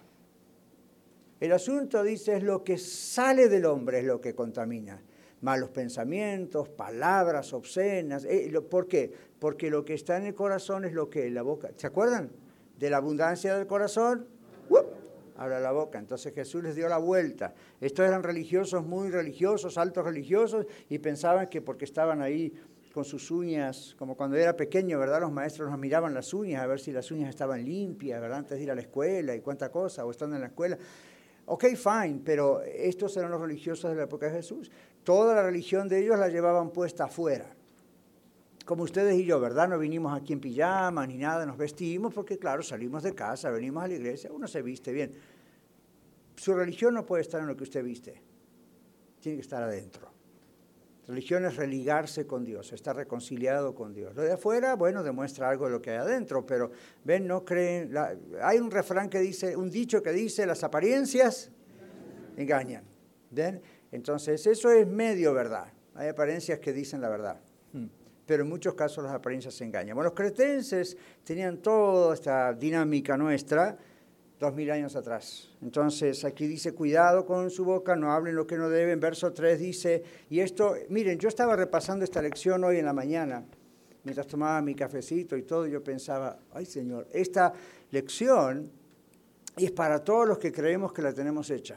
El asunto, dice, es lo que sale del hombre es lo que contamina. Malos pensamientos, palabras obscenas. ¿Por qué? Porque lo que está en el corazón es lo que la boca... ¿Se acuerdan? De la abundancia del corazón, ¡up!, habla la boca. Entonces Jesús les dio la vuelta. Estos eran religiosos, muy religiosos, altos religiosos, y pensaban que porque estaban ahí con sus uñas, como cuando era pequeño, ¿verdad? Los maestros nos miraban las uñas, a ver si las uñas estaban limpias, ¿verdad? Antes de ir a la escuela y cuánta cosa, o estando en la escuela. Ok, fine, pero estos eran los religiosos de la época de Jesús. Toda la religión de ellos la llevaban puesta afuera. Como ustedes y yo, ¿verdad? No vinimos aquí en pijama ni nada, nos vestimos porque, claro, salimos de casa, venimos a la iglesia, uno se viste bien. Su religión no puede estar en lo que usted viste, tiene que estar adentro. Religión es religarse con Dios, estar reconciliado con Dios. Lo de afuera, bueno, demuestra algo de lo que hay adentro, pero ven, no creen. La, hay un refrán que dice, un dicho que dice, las apariencias engañan. ¿Ven? Entonces, eso es medio verdad. Hay apariencias que dicen la verdad, pero en muchos casos las apariencias se engañan. Bueno, los cretenses tenían toda esta dinámica nuestra dos mil años atrás. Entonces, aquí dice, cuidado con su boca, no hablen lo que no deben. Verso tres dice, y esto, miren, yo estaba repasando esta lección hoy en la mañana, mientras tomaba mi cafecito y todo, yo pensaba, ay Señor, esta lección es para todos los que creemos que la tenemos hecha.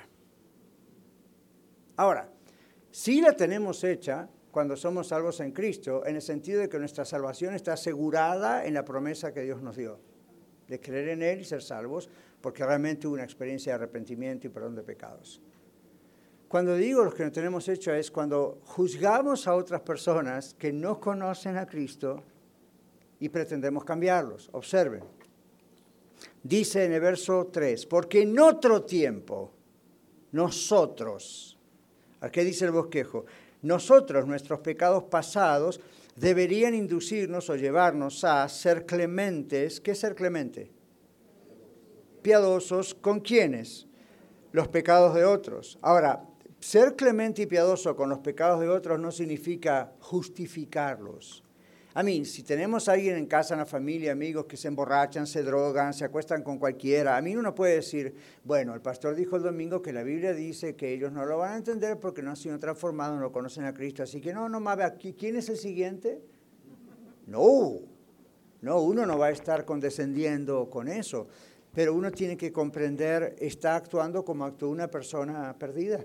Ahora, sí la tenemos hecha cuando somos salvos en Cristo, en el sentido de que nuestra salvación está asegurada en la promesa que Dios nos dio, de creer en Él y ser salvos, porque realmente hubo una experiencia de arrepentimiento y perdón de pecados. Cuando digo los que no tenemos hecho es cuando juzgamos a otras personas que no conocen a Cristo y pretendemos cambiarlos. Observen. Dice en el verso tres, porque en otro tiempo nosotros, ¿a qué dice el bosquejo? Nosotros, nuestros pecados pasados, deberían inducirnos o llevarnos a ser clementes. ¿Qué es ser clemente? Piadosos. ¿Con quiénes? Los pecados de otros. Ahora, ser clemente y piadoso con los pecados de otros no significa justificarlos. A mí, si tenemos a alguien en casa, en la familia, amigos que se emborrachan, se drogan, se acuestan con cualquiera, a mí uno puede decir, bueno, el pastor dijo el domingo que la Biblia dice que ellos no lo van a entender porque no han sido transformados, no conocen a Cristo, así que no, no más, aquí, ¿quién es el siguiente? No, no, uno no va a estar condescendiendo con eso, pero uno tiene que comprender, está actuando como actuó una persona perdida.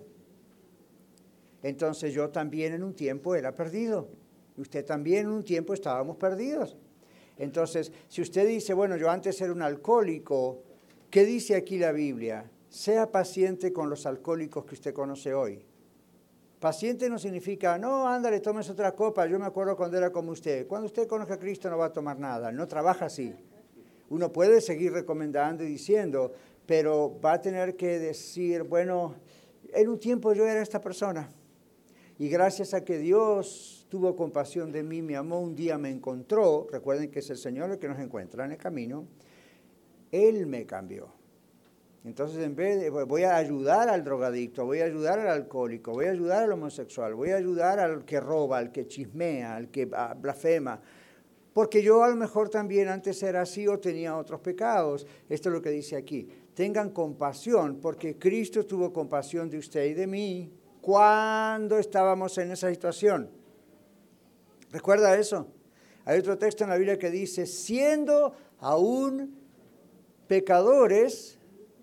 Entonces yo también en un tiempo era perdido. Usted también en un tiempo estábamos perdidos. Entonces, si usted dice, bueno, yo antes era un alcohólico, ¿qué dice aquí la Biblia? Sea paciente con los alcohólicos que usted conoce hoy. Paciente no significa, no, ándale, tómese otra copa, yo me acuerdo cuando era como usted. Cuando usted conozca a Cristo no va a tomar nada, no trabaja así. Uno puede seguir recomendando y diciendo, pero va a tener que decir, bueno, en un tiempo yo era esta persona. Y gracias a que Dios tuvo compasión de mí, me amó, un día me encontró, recuerden que es el Señor el que nos encuentra en el camino, Él me cambió. Entonces, en vez de, voy a ayudar al drogadicto, voy a ayudar al alcohólico, voy a ayudar al homosexual, voy a ayudar al que roba, al que chismea, al que blasfema, porque yo a lo mejor también antes era así o tenía otros pecados. Esto es lo que dice aquí. Tengan compasión, porque Cristo tuvo compasión de usted y de mí cuando estábamos en esa situación. ¿Recuerda eso? Hay otro texto en la Biblia que dice, siendo aún pecadores,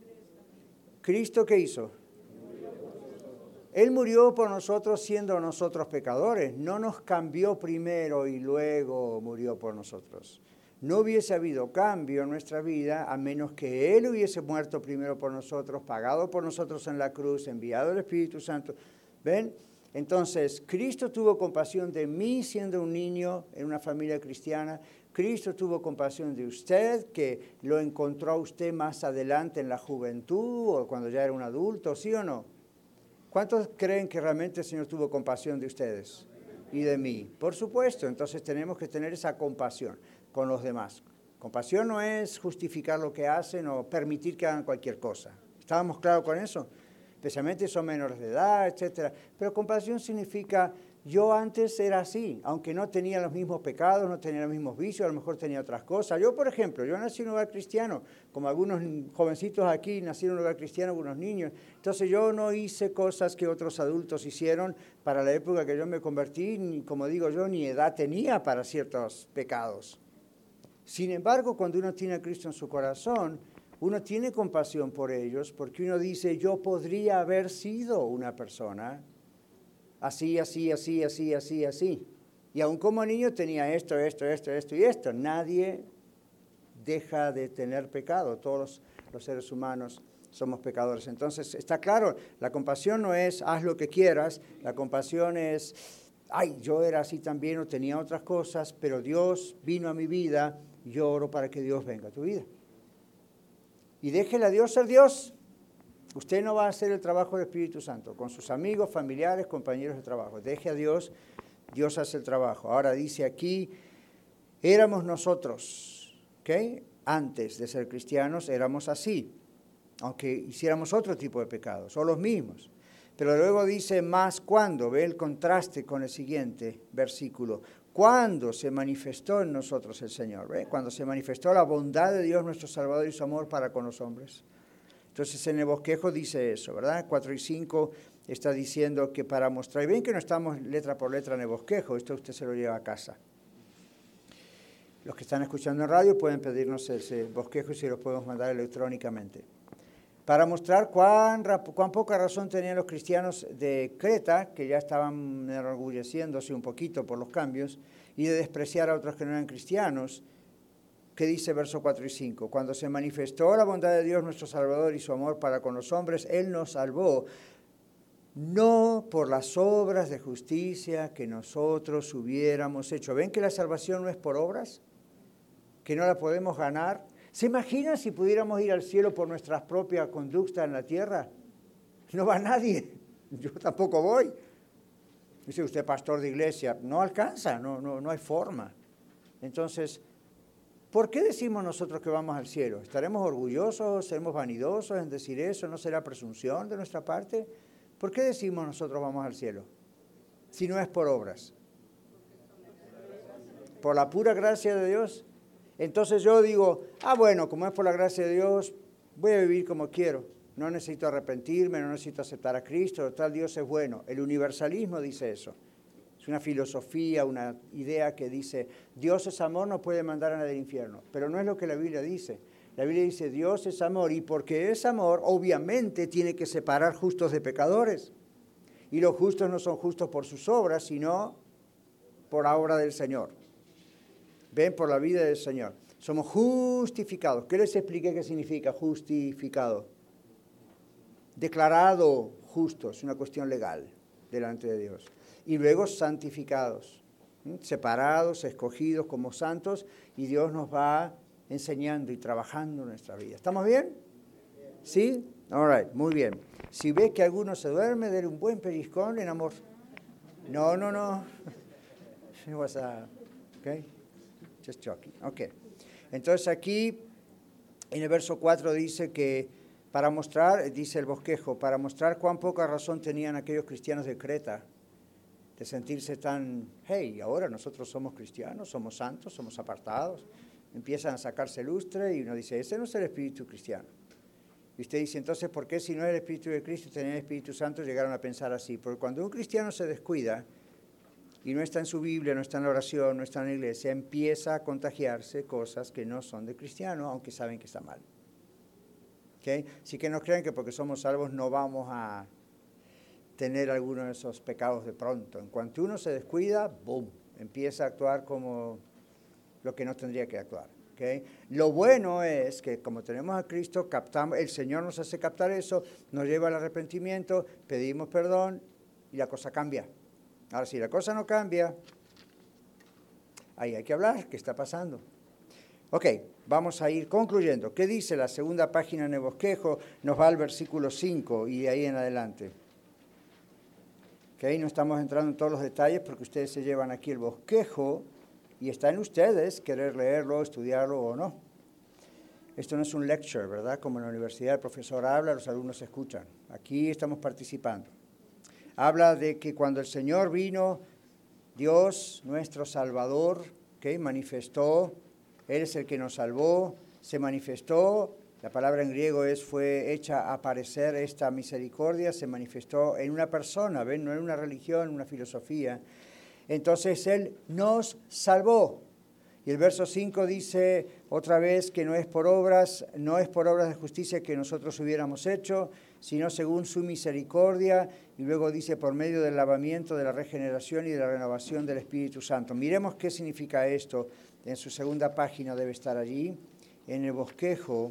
¿Cristo qué hizo? Él murió por nosotros siendo nosotros pecadores. No nos cambió primero y luego murió por nosotros. No hubiese habido cambio en nuestra vida a menos que Él hubiese muerto primero por nosotros, pagado por nosotros en la cruz, enviado el Espíritu Santo. ¿Ven? Entonces, Cristo tuvo compasión de mí siendo un niño en una familia cristiana. Cristo tuvo compasión de usted, que lo encontró a usted más adelante en la juventud o cuando ya era un adulto, ¿sí o no? ¿Cuántos creen que realmente el Señor tuvo compasión de ustedes y de mí? Por supuesto, entonces tenemos que tener esa compasión con los demás. Compasión no es justificar lo que hacen o permitir que hagan cualquier cosa. ¿Estábamos claros con eso? Especialmente si son menores de edad, etcétera. Pero compasión significa, yo antes era así, aunque no tenía los mismos pecados, no tenía los mismos vicios, a lo mejor tenía otras cosas. Yo, por ejemplo, yo nací en un hogar cristiano, como algunos jovencitos aquí nacieron en un hogar cristiano, algunos niños. Entonces yo no hice cosas que otros adultos hicieron para la época que yo me convertí, ni, como digo yo, ni edad tenía para ciertos pecados. Sin embargo, cuando uno tiene a Cristo en su corazón, uno tiene compasión por ellos porque uno dice, yo podría haber sido una persona así, así, así, así, así, así. Y aún como niño tenía esto, esto, esto, esto y esto. Nadie deja de tener pecado. Todos los, los seres humanos somos pecadores. Entonces, está claro, la compasión no es haz lo que quieras. La compasión es, ay, yo era así también o tenía otras cosas, pero Dios vino a mi vida y yo oro para que Dios venga a tu vida. Y déjele a Dios ser Dios. Usted no va a hacer el trabajo del Espíritu Santo con sus amigos, familiares, compañeros de trabajo. Deje a Dios, Dios hace el trabajo. Ahora dice aquí, éramos nosotros, ¿ok? Antes de ser cristianos éramos así, aunque hiciéramos otro tipo de pecados, o los mismos. Pero luego dice más cuando, ve el contraste con el siguiente versículo. Cuando se manifestó en nosotros el Señor, ¿ve? Cuando se manifestó la bondad de Dios nuestro Salvador y su amor para con los hombres. Entonces en el bosquejo dice eso, ¿verdad? cuatro y cinco está diciendo que para mostrar, y ven que no estamos letra por letra en el bosquejo, esto usted se lo lleva a casa. Los que están escuchando en radio pueden pedirnos ese bosquejo y se los podemos mandar electrónicamente. Para mostrar cuán, cuán poca razón tenían los cristianos de Creta, que ya estaban enorgulleciéndose un poquito por los cambios, y de despreciar a otros que no eran cristianos, ¿qué dice verso cuatro y cinco? Cuando se manifestó la bondad de Dios nuestro Salvador y su amor para con los hombres, Él nos salvó. no por las obras de justicia que nosotros hubiéramos hecho. ¿Ven que la salvación no es por obras? ¿Que no la podemos ganar? ¿Se imaginan si pudiéramos ir al cielo por nuestras propias conductas en la tierra? No va nadie, yo tampoco voy. Dice usted, pastor de iglesia, no alcanza, no, no, no hay forma. Entonces, ¿por qué decimos nosotros que vamos al cielo? ¿Estaremos orgullosos, seremos vanidosos en decir eso? ¿No será presunción de nuestra parte? ¿Por qué decimos nosotros vamos al cielo? Si no es por obras. ¿Por la pura gracia de Dios? Entonces yo digo, ah bueno, como es por la gracia de Dios, voy a vivir como quiero. No necesito arrepentirme, no necesito aceptar a Cristo, tal Dios es bueno. El universalismo dice eso. Es una filosofía, una idea que dice, Dios es amor, no puede mandar a nadie al infierno. Pero no es lo que la Biblia dice. La Biblia dice, Dios es amor, y porque es amor, obviamente tiene que separar justos de pecadores. Y los justos no son justos por sus obras, sino por la obra del Señor. Ven, por la vida del Señor. Somos justificados. ¿Qué les expliqué qué significa justificado? Declarado justo, es una cuestión legal delante de Dios. Y luego santificados, ¿sí? Separados, escogidos como santos, y Dios nos va enseñando y trabajando en nuestra vida. ¿Estamos bien? ¿Sí? All right, muy bien. Si ve que alguno se duerme, déle un buen pellizcón en amor. No, no, no. It was a, okay? Just joking. Okay. Entonces aquí, en el verso cuatro dice que para mostrar, dice el bosquejo, para mostrar cuán poca razón tenían aquellos cristianos de Creta de sentirse tan, hey, ahora nosotros somos cristianos, somos santos, somos apartados. Empiezan a sacarse lustre y uno dice, ese no es el espíritu cristiano. Y usted dice, entonces, ¿por qué si no es el espíritu de Cristo y tenían el Espíritu Santo llegaron a pensar así? Porque cuando un cristiano se descuida y no está en su Biblia, no está en la oración, no está en la iglesia, empieza a contagiarse cosas que no son de cristiano, aunque saben que está mal. ¿Okay? Así que no crean que porque somos salvos no vamos a tener alguno de esos pecados de pronto. En cuanto uno se descuida, ¡boom!, empieza a actuar como lo que no tendría que actuar. ¿Okay? Lo bueno es que como tenemos a Cristo, captamos, el Señor nos hace captar eso, nos lleva al arrepentimiento, pedimos perdón y la cosa cambia. Ahora, si la cosa no cambia, ahí hay que hablar, ¿qué está pasando? Ok, vamos a ir concluyendo. ¿Qué dice la segunda página en el bosquejo? Nos va al versículo cinco y de ahí en adelante. Ok, no estamos entrando en todos los detalles porque ustedes se llevan aquí el bosquejo y está en ustedes querer leerlo, estudiarlo o no. Esto no es un lecture, ¿verdad? Como en la universidad el profesor habla, los alumnos escuchan. Aquí estamos participando. Habla de que cuando el Señor vino, Dios, nuestro Salvador, ¿okay?, manifestó, Él es el que nos salvó, se manifestó, la palabra en griego es, fue hecha aparecer esta misericordia, se manifestó en una persona, ¿ven? No en una religión, en una filosofía. Entonces Él nos salvó. Y el verso cinco dice otra vez que no es por obras, no es por obras de justicia que nosotros hubiéramos hecho, sino según su misericordia. Y luego dice por medio del lavamiento, de la regeneración y de la renovación del Espíritu Santo. Miremos qué significa esto. En su segunda página debe estar allí, en el bosquejo.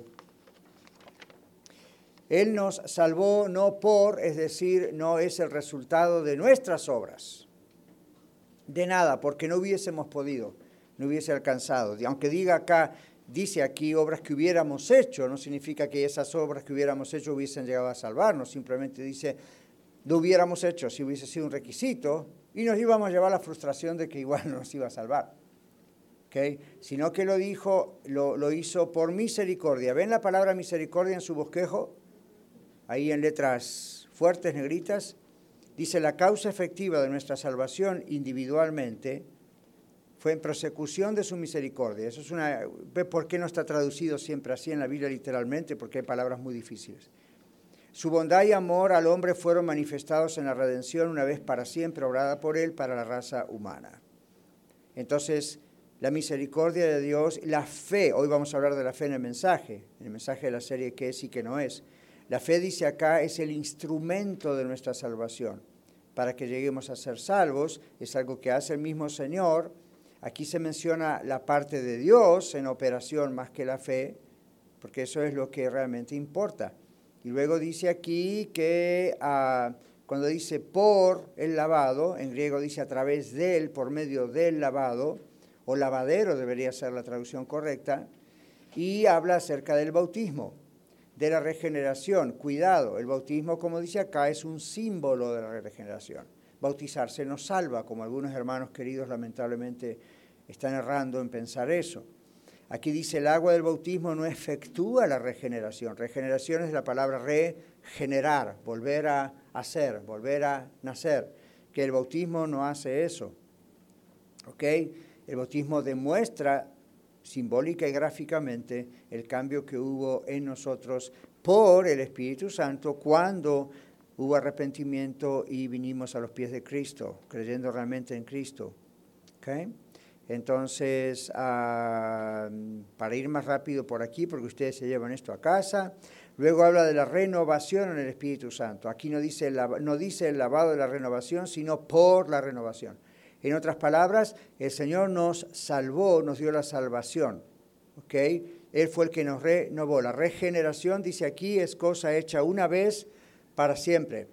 Él nos salvó no por, es decir, no es el resultado de nuestras obras. De nada, porque no hubiésemos podido, no hubiese alcanzado. Aunque diga acá, dice aquí obras que hubiéramos hecho, no significa que esas obras que hubiéramos hecho hubiesen llegado a salvarnos, simplemente dice, lo hubiéramos hecho si hubiese sido un requisito y nos íbamos a llevar la frustración de que igual no nos iba a salvar. ¿Okay? Sino que lo dijo, lo, lo hizo por misericordia. ¿Ven la palabra misericordia en su bosquejo? Ahí en letras fuertes, negritas. Dice, la causa efectiva de nuestra salvación individualmente fue en prosecución de su misericordia. Eso es una... ¿Ve por qué no está traducido siempre así en la Biblia literalmente? Porque hay palabras muy difíciles. Su bondad y amor al hombre fueron manifestados en la redención una vez para siempre, obrada por Él para la raza humana. Entonces, la misericordia de Dios, la fe, hoy vamos a hablar de la fe en el mensaje, en el mensaje de la serie qué es y qué no es. La fe, dice acá, es el instrumento de nuestra salvación. Para que lleguemos a ser salvos, es algo que hace el mismo Señor. Aquí se menciona la parte de Dios en operación más que la fe, porque eso es lo que realmente importa. Y luego dice aquí que uh, Cuando dice por el lavado, en griego dice a través del, por medio del lavado, o lavadero debería ser la traducción correcta, y habla acerca del bautismo, de la regeneración. Cuidado, el bautismo, como dice acá, es un símbolo de la regeneración. Bautizarse nos salva, como algunos hermanos queridos lamentablemente están errando en pensar eso. Aquí dice, el agua del bautismo no efectúa la regeneración. Regeneración es la palabra regenerar, volver a hacer, volver a nacer. Que el bautismo no hace eso. ¿Ok? El bautismo demuestra simbólica y gráficamente el cambio que hubo en nosotros por el Espíritu Santo cuando hubo arrepentimiento y vinimos a los pies de Cristo, creyendo realmente en Cristo. ¿Ok? Entonces, uh, para ir más rápido por aquí, porque ustedes se llevan esto a casa, luego habla de la renovación en el Espíritu Santo. Aquí no dice, el, no dice el lavado de la renovación, sino por la renovación. En otras palabras, el Señor nos salvó, nos dio la salvación. ¿Ok? Él fue el que nos renovó. La regeneración, dice aquí, es cosa hecha una vez para siempre.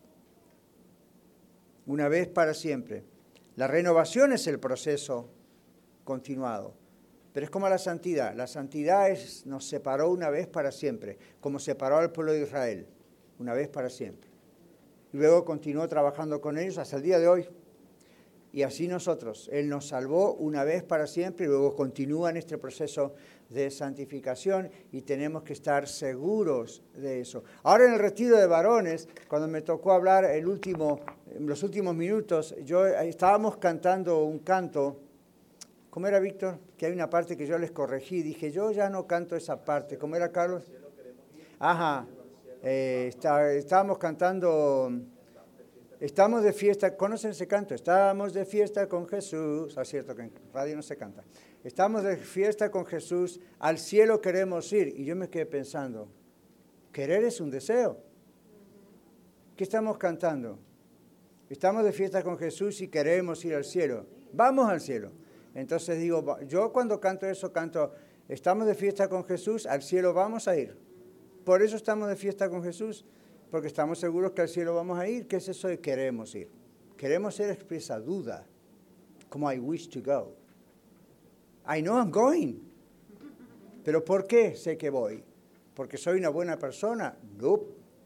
Una vez para siempre. La renovación es el proceso continuado. Pero es como la santidad. La santidad es, nos separó una vez para siempre, como separó al pueblo de Israel, una vez para siempre. Y luego continuó trabajando con ellos hasta el día de hoy. Y así nosotros. Él nos salvó una vez para siempre y luego continúa en este proceso de santificación y tenemos que estar seguros de eso. Ahora en el retiro de varones, cuando me tocó hablar el último, en los últimos minutos, yo estábamos cantando un canto. ¿Cómo era, Víctor? Que hay una parte que yo les corregí. Dije, yo ya no canto esa parte. ¿Cómo era, Carlos? Ajá. Eh, está, estábamos cantando... Estamos de fiesta, ¿conocen ese canto? Estamos de fiesta con Jesús. Ah, cierto que en radio no se canta. Estamos de fiesta con Jesús, al cielo queremos ir. Y yo me quedé pensando, querer es un deseo. ¿Qué estamos cantando? Estamos de fiesta con Jesús y queremos ir al cielo. Vamos al cielo. Entonces digo, yo cuando canto eso, canto, estamos de fiesta con Jesús, al cielo vamos a ir. Por eso estamos de fiesta con Jesús. Porque estamos seguros que al cielo vamos a ir. ¿Qué es eso de queremos ir? Queremos ir expresa duda, como I wish to go. I know I'm going. ¿Pero por qué sé que voy? ¿Porque soy una buena persona? No.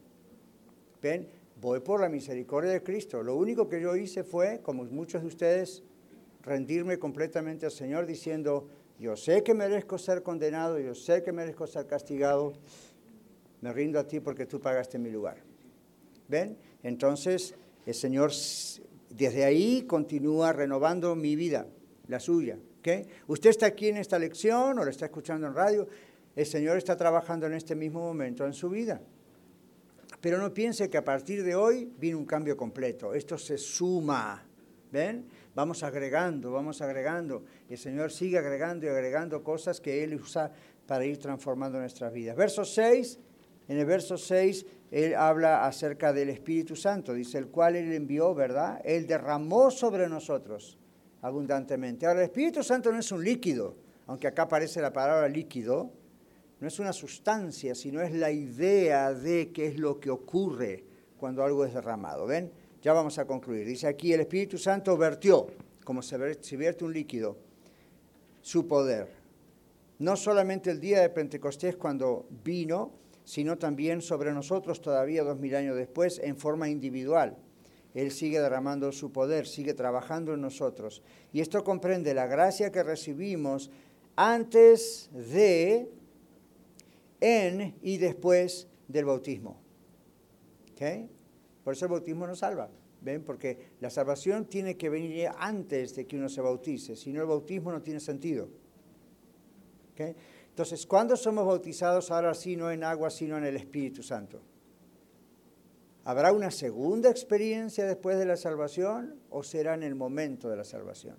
¿Ven? Voy por la misericordia de Cristo. Lo único que yo hice fue, como muchos de ustedes, rendirme completamente al Señor diciendo, yo sé que merezco ser condenado, yo sé que merezco ser castigado, me rindo a ti porque tú pagaste mi lugar. ¿Ven? Entonces, el Señor desde ahí continúa renovando mi vida, la suya. ¿Okay? Usted está aquí en esta lección o lo está escuchando en radio, el Señor está trabajando en este mismo momento en su vida. Pero no piense que a partir de hoy viene un cambio completo. Esto se suma. ¿Ven? Vamos agregando, vamos agregando. El Señor sigue agregando y agregando cosas que Él usa para ir transformando nuestras vidas. Verso seis. En el verso seis, él habla acerca del Espíritu Santo, dice, el cual él envió, ¿verdad? Él derramó sobre nosotros abundantemente. Ahora, el Espíritu Santo no es un líquido, aunque acá aparece la palabra líquido, no es una sustancia, sino es la idea de qué es lo que ocurre cuando algo es derramado. ¿Ven? Ya vamos a concluir. Dice aquí, el Espíritu Santo vertió, como se vierte un líquido, su poder. No solamente el día de Pentecostés cuando vino, sino también sobre nosotros todavía dos mil años después en forma individual. Él sigue derramando su poder, sigue trabajando en nosotros. Y esto comprende la gracia que recibimos antes de, en y después del bautismo. ¿Okay? Por eso el bautismo nos salva. ¿Ven? Porque la salvación tiene que venir antes de que uno se bautice. Si no, el bautismo no tiene sentido. ¿Okay? Entonces, ¿cuándo somos bautizados? Ahora sí, no en agua, sino en el Espíritu Santo. ¿Habrá una segunda experiencia después de la salvación o será en el momento de la salvación?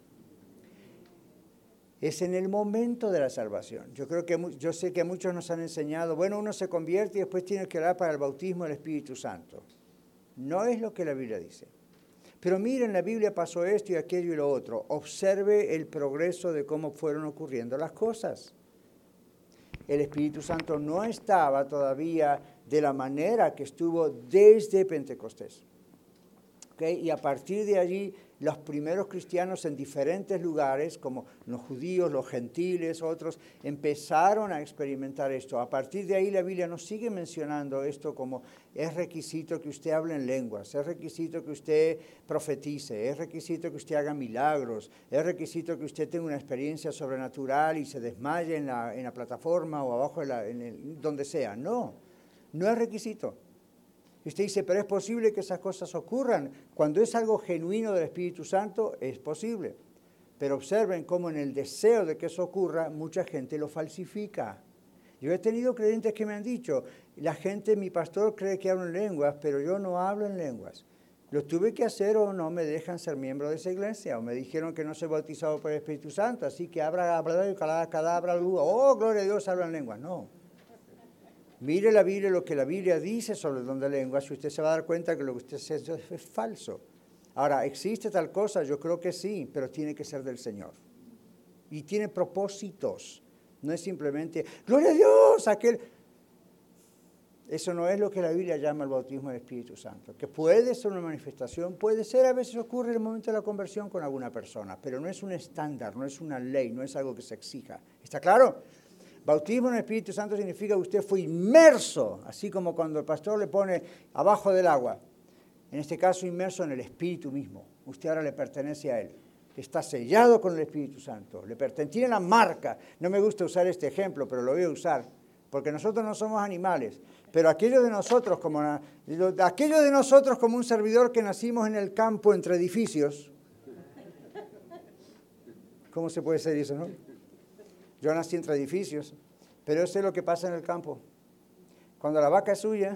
Es en el momento de la salvación. Yo creo que yo sé que muchos nos han enseñado, bueno, uno se convierte y después tiene que orar para el bautismo del Espíritu Santo. No es lo que la Biblia dice. Pero miren, la Biblia pasó esto y aquello y lo otro. Observe el progreso de cómo fueron ocurriendo las cosas. El Espíritu Santo no estaba todavía de la manera que estuvo desde Pentecostés. ¿Okay? Y a partir de allí, los primeros cristianos en diferentes lugares, como los judíos, los gentiles, otros, empezaron a experimentar esto. A partir de ahí la Biblia nos sigue mencionando esto como es requisito que usted hable en lenguas, es requisito que usted profetice, es requisito que usted haga milagros, es requisito que usted tenga una experiencia sobrenatural y se desmaye en la, en la plataforma o abajo, en la, en el, donde sea. No, no es requisito. Y usted dice, pero es posible que esas cosas ocurran. Cuando es algo genuino del Espíritu Santo, es posible. Pero observen cómo en el deseo de que eso ocurra, mucha gente lo falsifica. Yo he tenido creyentes que me han dicho, la gente, mi pastor cree que hablo en lenguas, pero yo no hablo en lenguas. Lo tuve que hacer o no me dejan ser miembro de esa iglesia, o me dijeron que no soy bautizado por el Espíritu Santo, así que abra, abra, cadabra, oh, gloria a Dios, hablo en lenguas. No. Mire la Biblia, lo que la Biblia dice sobre el don de lenguas, y usted se va a dar cuenta que lo que usted hace es falso. Ahora, ¿existe tal cosa? Yo creo que sí, pero tiene que ser del Señor. Y tiene propósitos. No es simplemente, ¡gloria a Dios! Aquel... Eso no es lo que la Biblia llama el bautismo del Espíritu Santo. Que puede ser una manifestación, puede ser, a veces ocurre en el momento de la conversión con alguna persona, pero no es un estándar, no es una ley, no es algo que se exija. ¿Está claro? Bautismo en el Espíritu Santo significa que usted fue inmerso, así como cuando el pastor le pone abajo del agua. En este caso, inmerso en el Espíritu mismo. Usted ahora le pertenece a Él. Está sellado con el Espíritu Santo. Le pertenece, tiene la marca. No me gusta usar este ejemplo, pero lo voy a usar. Porque nosotros no somos animales. Pero aquellos de nosotros, como, aquellos de nosotros como un servidor que nacimos en el campo entre edificios. ¿Cómo se puede decir eso, no? Yo nací entre edificios, pero eso es lo que pasa en el campo. Cuando la vaca es suya,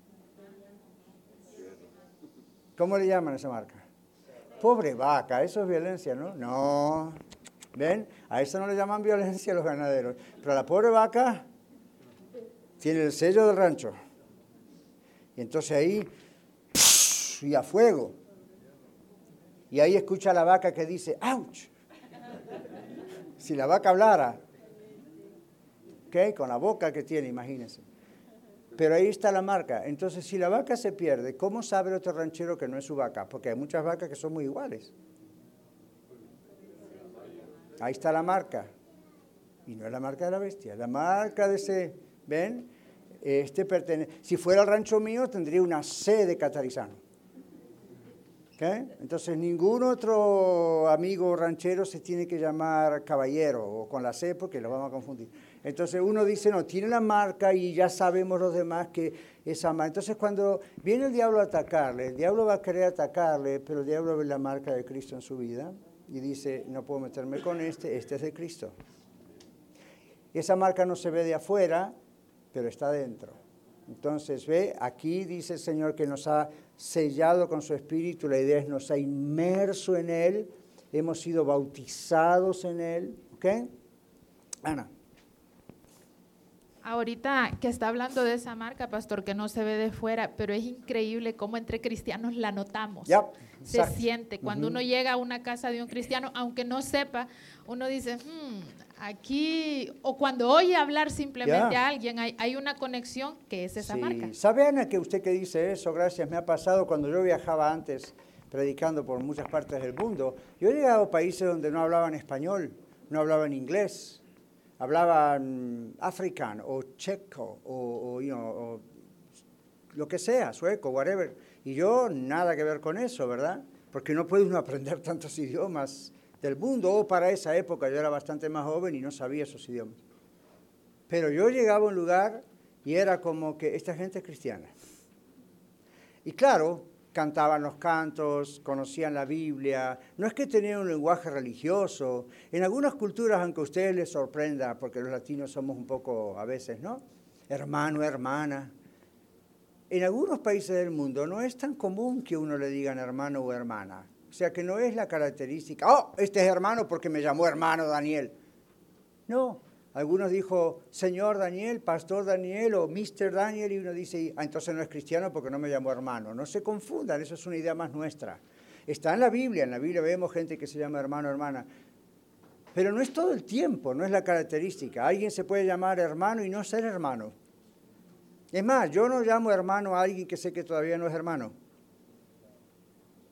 ¿cómo le llaman a esa marca? Pobre vaca, eso es violencia, ¿no? No, ¿ven? A eso no le llaman violencia a los ganaderos. Pero la pobre vaca tiene el sello del rancho. Y entonces ahí, y a fuego. Y ahí escucha a la vaca que dice, ¡ouch! Si la vaca hablara, ¿ok? Con la boca que tiene, imagínense. Pero ahí está la marca. Entonces, si la vaca se pierde, ¿cómo sabe el otro ranchero que no es su vaca? Porque hay muchas vacas que son muy iguales. Ahí está la marca. Y no es la marca de la bestia, la marca de ese, ¿ven? Este pertenece. Si fuera el rancho mío, tendría una C de Catarizano. ¿Okay? Entonces, ningún otro amigo ranchero se tiene que llamar caballero o con la C porque lo vamos a confundir. Entonces, uno dice, no, tiene la marca y ya sabemos los demás que esa marca. Entonces, cuando viene el diablo a atacarle, el diablo va a querer atacarle, pero el diablo ve la marca de Cristo en su vida y dice, no puedo meterme con este, este es de Cristo. Y esa marca no se ve de afuera, pero está dentro. Entonces, ve, aquí dice el Señor que nos ha sellado con su Espíritu, la idea es nos ha inmerso en Él, hemos sido bautizados en Él, ¿ok? Ana. Ahorita que está hablando de esa marca, pastor, que no se ve de fuera, pero es increíble cómo entre cristianos la notamos. Yep, se exacto. siente. Cuando uh-huh. uno llega a una casa de un cristiano, aunque no sepa, uno dice, hmm, aquí, o cuando oye hablar simplemente yeah. a alguien, hay, hay una conexión que es esa sí. marca. ¿Sabe, Ana, que usted que dice eso? Gracias, me ha pasado cuando yo viajaba antes predicando por muchas partes del mundo. Yo he llegado a países donde no hablaban español, no hablaban inglés. Hablaban africano o checo o, o, you know, o lo que sea, sueco, whatever. Y yo nada que ver con eso, ¿verdad? Porque no puede uno aprender tantos idiomas del mundo. O para esa época yo era bastante más joven y no sabía esos idiomas. Pero yo llegaba a un lugar y era como que esta gente es cristiana. Y claro, cantaban los cantos, conocían la Biblia, no es que tenían un lenguaje religioso. En algunas culturas, aunque a ustedes les sorprenda, porque los latinos somos un poco, a veces, ¿no? Hermano, hermana. En algunos países del mundo no es tan común que uno le digan hermano o hermana. O sea, que no es la característica, oh, este es hermano porque me llamó hermano Daniel. No. Algunos dijo, señor Daniel, pastor Daniel o mister Daniel, y uno dice, ah, entonces no es cristiano porque no me llamó hermano. No se confundan, eso es una idea más nuestra. Está en la Biblia, en la Biblia vemos gente que se llama hermano o hermana, pero no es todo el tiempo, no es la característica. Alguien se puede llamar hermano y no ser hermano. Es más, yo no llamo hermano a alguien que sé que todavía no es hermano.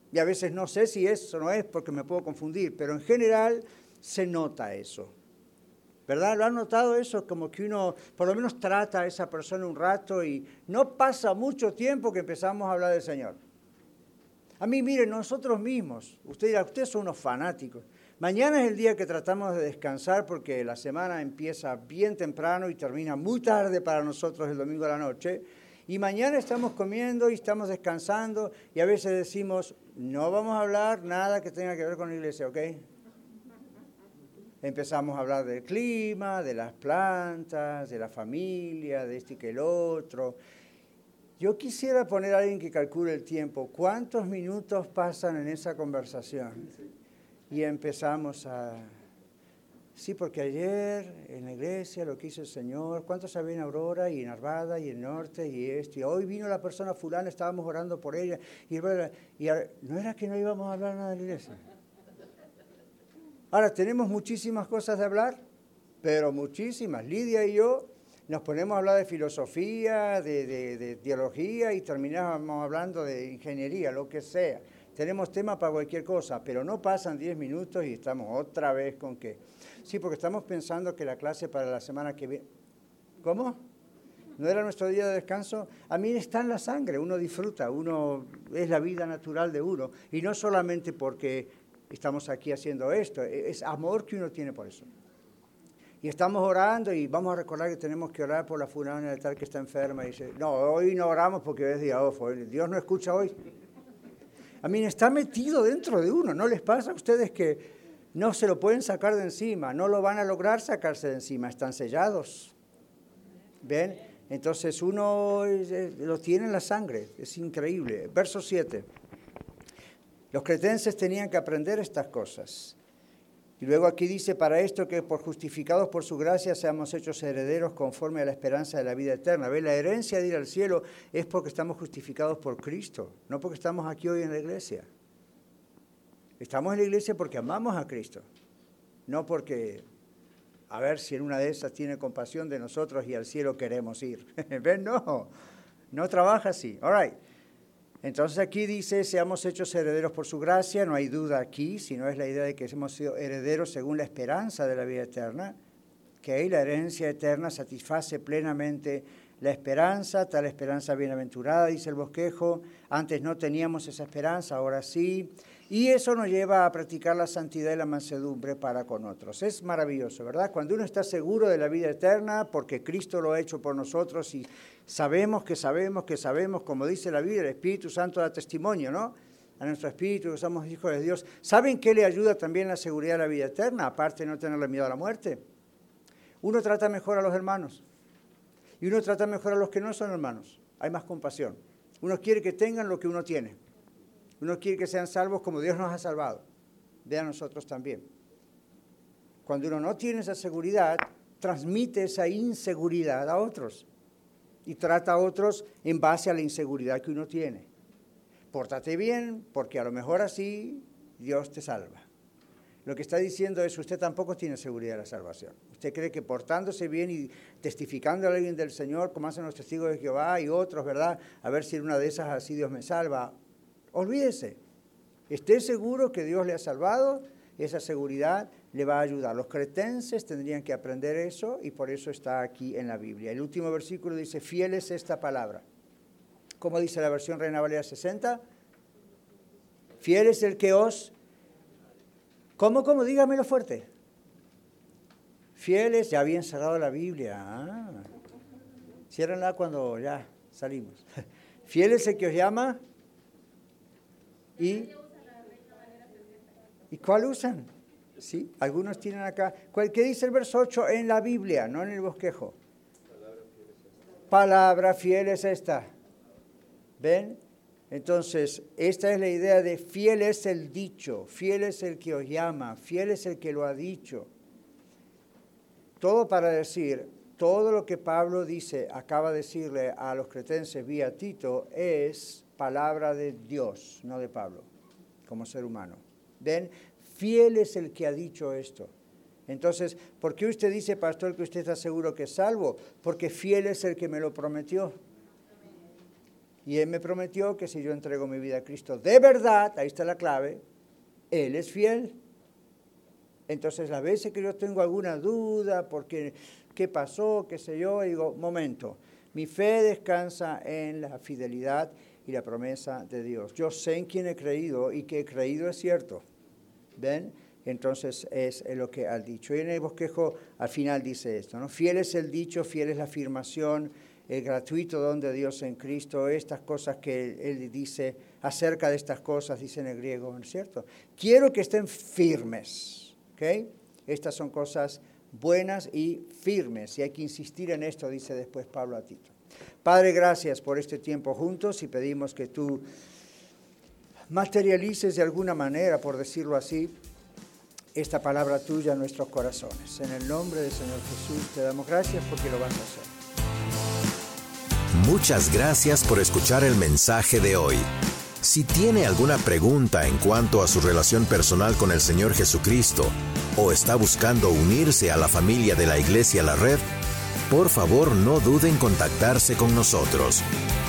Y a veces no sé si eso no es porque me puedo confundir, pero en general se nota eso. ¿Verdad? ¿Lo han notado eso? Como que uno por lo menos trata a esa persona un rato y no pasa mucho tiempo que empezamos a hablar del Señor. A mí, miren, nosotros mismos, usted dirá, ustedes son unos fanáticos. Mañana es el día que tratamos de descansar porque la semana empieza bien temprano y termina muy tarde para nosotros el domingo de la noche. Y mañana estamos comiendo y estamos descansando y a veces decimos, no vamos a hablar nada que tenga que ver con la iglesia, ¿ok? Empezamos a hablar del clima, de las plantas, de la familia, de este y que el otro. Yo quisiera poner a alguien que calcule el tiempo. ¿Cuántos minutos pasan en esa conversación? Y empezamos a... Sí, porque ayer en la iglesia lo que hizo el Señor, ¿cuántos había en Aurora y en Arvada y en Norte y esto? Y hoy vino la persona fulana, estábamos orando por ella. Y, y no era que no íbamos a hablar nada de la iglesia. Ahora, tenemos muchísimas cosas de hablar, pero muchísimas. Lidia y yo nos ponemos a hablar de filosofía, de, de, de teología y terminamos hablando de ingeniería, lo que sea. Tenemos tema para cualquier cosa, pero no pasan diez minutos y estamos otra vez con qué. Sí, porque estamos pensando que la clase para la semana que viene... ¿Cómo? ¿No era nuestro día de descanso? A mí está en la sangre, uno disfruta, uno es la vida natural de uno. Y no solamente porque estamos aquí haciendo esto, es amor que uno tiene por eso. Y estamos orando y vamos a recordar que tenemos que orar por la fulana de tal que está enferma. Y dice, no, hoy no oramos porque es día off, Dios no escucha hoy. A mí está metido dentro de uno, ¿no les pasa a ustedes que no se lo pueden sacar de encima? No lo van a lograr sacarse de encima, están sellados. ¿Ven? Entonces uno lo tiene en la sangre, es increíble. Verso siete. Los cretenses tenían que aprender estas cosas. Y luego aquí dice, para esto que por justificados por su gracia seamos hechos herederos conforme a la esperanza de la vida eterna. ¿Ve? La herencia de ir al cielo es porque estamos justificados por Cristo, no porque estamos aquí hoy en la iglesia. Estamos en la iglesia porque amamos a Cristo, no porque, a ver si en una de esas tiene compasión de nosotros y al cielo queremos ir. ¿Ven? No, no trabaja así. All right. Entonces aquí dice, seamos hechos herederos por su gracia, no hay duda aquí, sino es la idea de que hemos sido herederos según la esperanza de la vida eterna, que ahí la herencia eterna satisface plenamente la esperanza, tal esperanza bienaventurada, dice el bosquejo, antes no teníamos esa esperanza, ahora sí, y eso nos lleva a practicar la santidad y la mansedumbre para con otros. Es maravilloso, ¿verdad? Cuando uno está seguro de la vida eterna, porque Cristo lo ha hecho por nosotros y sabemos que sabemos que sabemos, como dice la Biblia, el Espíritu Santo da testimonio, ¿no? A nuestro espíritu, que somos hijos de Dios. ¿Saben qué le ayuda también la seguridad de la vida eterna? Aparte de no tenerle miedo a la muerte. Uno trata mejor a los hermanos. Y uno trata mejor a los que no son hermanos. Hay más compasión. Uno quiere que tengan lo que uno tiene. Uno quiere que sean salvos como Dios nos ha salvado. Ve a nosotros también. Cuando uno no tiene esa seguridad, transmite esa inseguridad a otros. Y trata a otros en base a la inseguridad que uno tiene. Pórtate bien, porque a lo mejor así Dios te salva. Lo que está diciendo es, usted tampoco tiene seguridad de la salvación. Usted cree que portándose bien y testificando a alguien del Señor, como hacen los testigos de Jehová y otros, ¿verdad? A ver si en una de esas así Dios me salva. Olvídese. Esté seguro que Dios le ha salvado, esa seguridad le va a ayudar. Los cretenses tendrían que aprender eso y por eso está aquí en la Biblia. El último versículo dice, fiel es esta palabra. ¿Cómo dice la versión Reina Valera sesenta? Fiel es el que os... ¿Cómo, cómo? Dígamelo fuerte. Fieles, ya habían cerrado la Biblia. Ah. Ciérrenla cuando ya salimos. Fiel es el que os llama. ¿Y? ¿Y cuál usan? Sí, algunos tienen acá. ¿Qué dice el verso ocho en la Biblia, no en el bosquejo? Palabra fiel es esta. ¿Ven? Entonces, esta es la idea de fiel es el dicho, fiel es el que os llama, fiel es el que lo ha dicho. Todo para decir, todo lo que Pablo dice, acaba de decirle a los cretenses vía Tito, es palabra de Dios, no de Pablo, como ser humano. ¿Ven? Fiel es el que ha dicho esto. Entonces, ¿por qué usted dice, pastor, que usted está seguro que es salvo? Porque fiel es el que me lo prometió. Y Él me prometió que si yo entrego mi vida a Cristo de verdad, ahí está la clave, Él es fiel. Entonces, a veces que yo tengo alguna duda, porque qué pasó, qué sé yo, digo, momento, mi fe descansa en la fidelidad y la promesa de Dios. Yo sé en quién he creído y que he creído es cierto. ¿Ven? Entonces es lo que ha dicho. Y en el bosquejo al final dice esto, ¿no? Fiel es el dicho, fiel es la afirmación, el gratuito don de Dios en Cristo, estas cosas que Él dice, acerca de estas cosas, dice en el griego, ¿no es cierto? Quiero que estén firmes, ¿ok? Estas son cosas buenas y firmes, y hay que insistir en esto, dice después Pablo a Tito. Padre, gracias por este tiempo juntos y pedimos que tú materialices de alguna manera, por decirlo así, esta palabra tuya en nuestros corazones. En el nombre del Señor Jesús te damos gracias porque lo vas a hacer. Muchas gracias por escuchar el mensaje de hoy. Si tiene alguna pregunta en cuanto a su relación personal con el Señor Jesucristo o está buscando unirse a la familia de la Iglesia La Red, por favor no duden en contactarse con nosotros.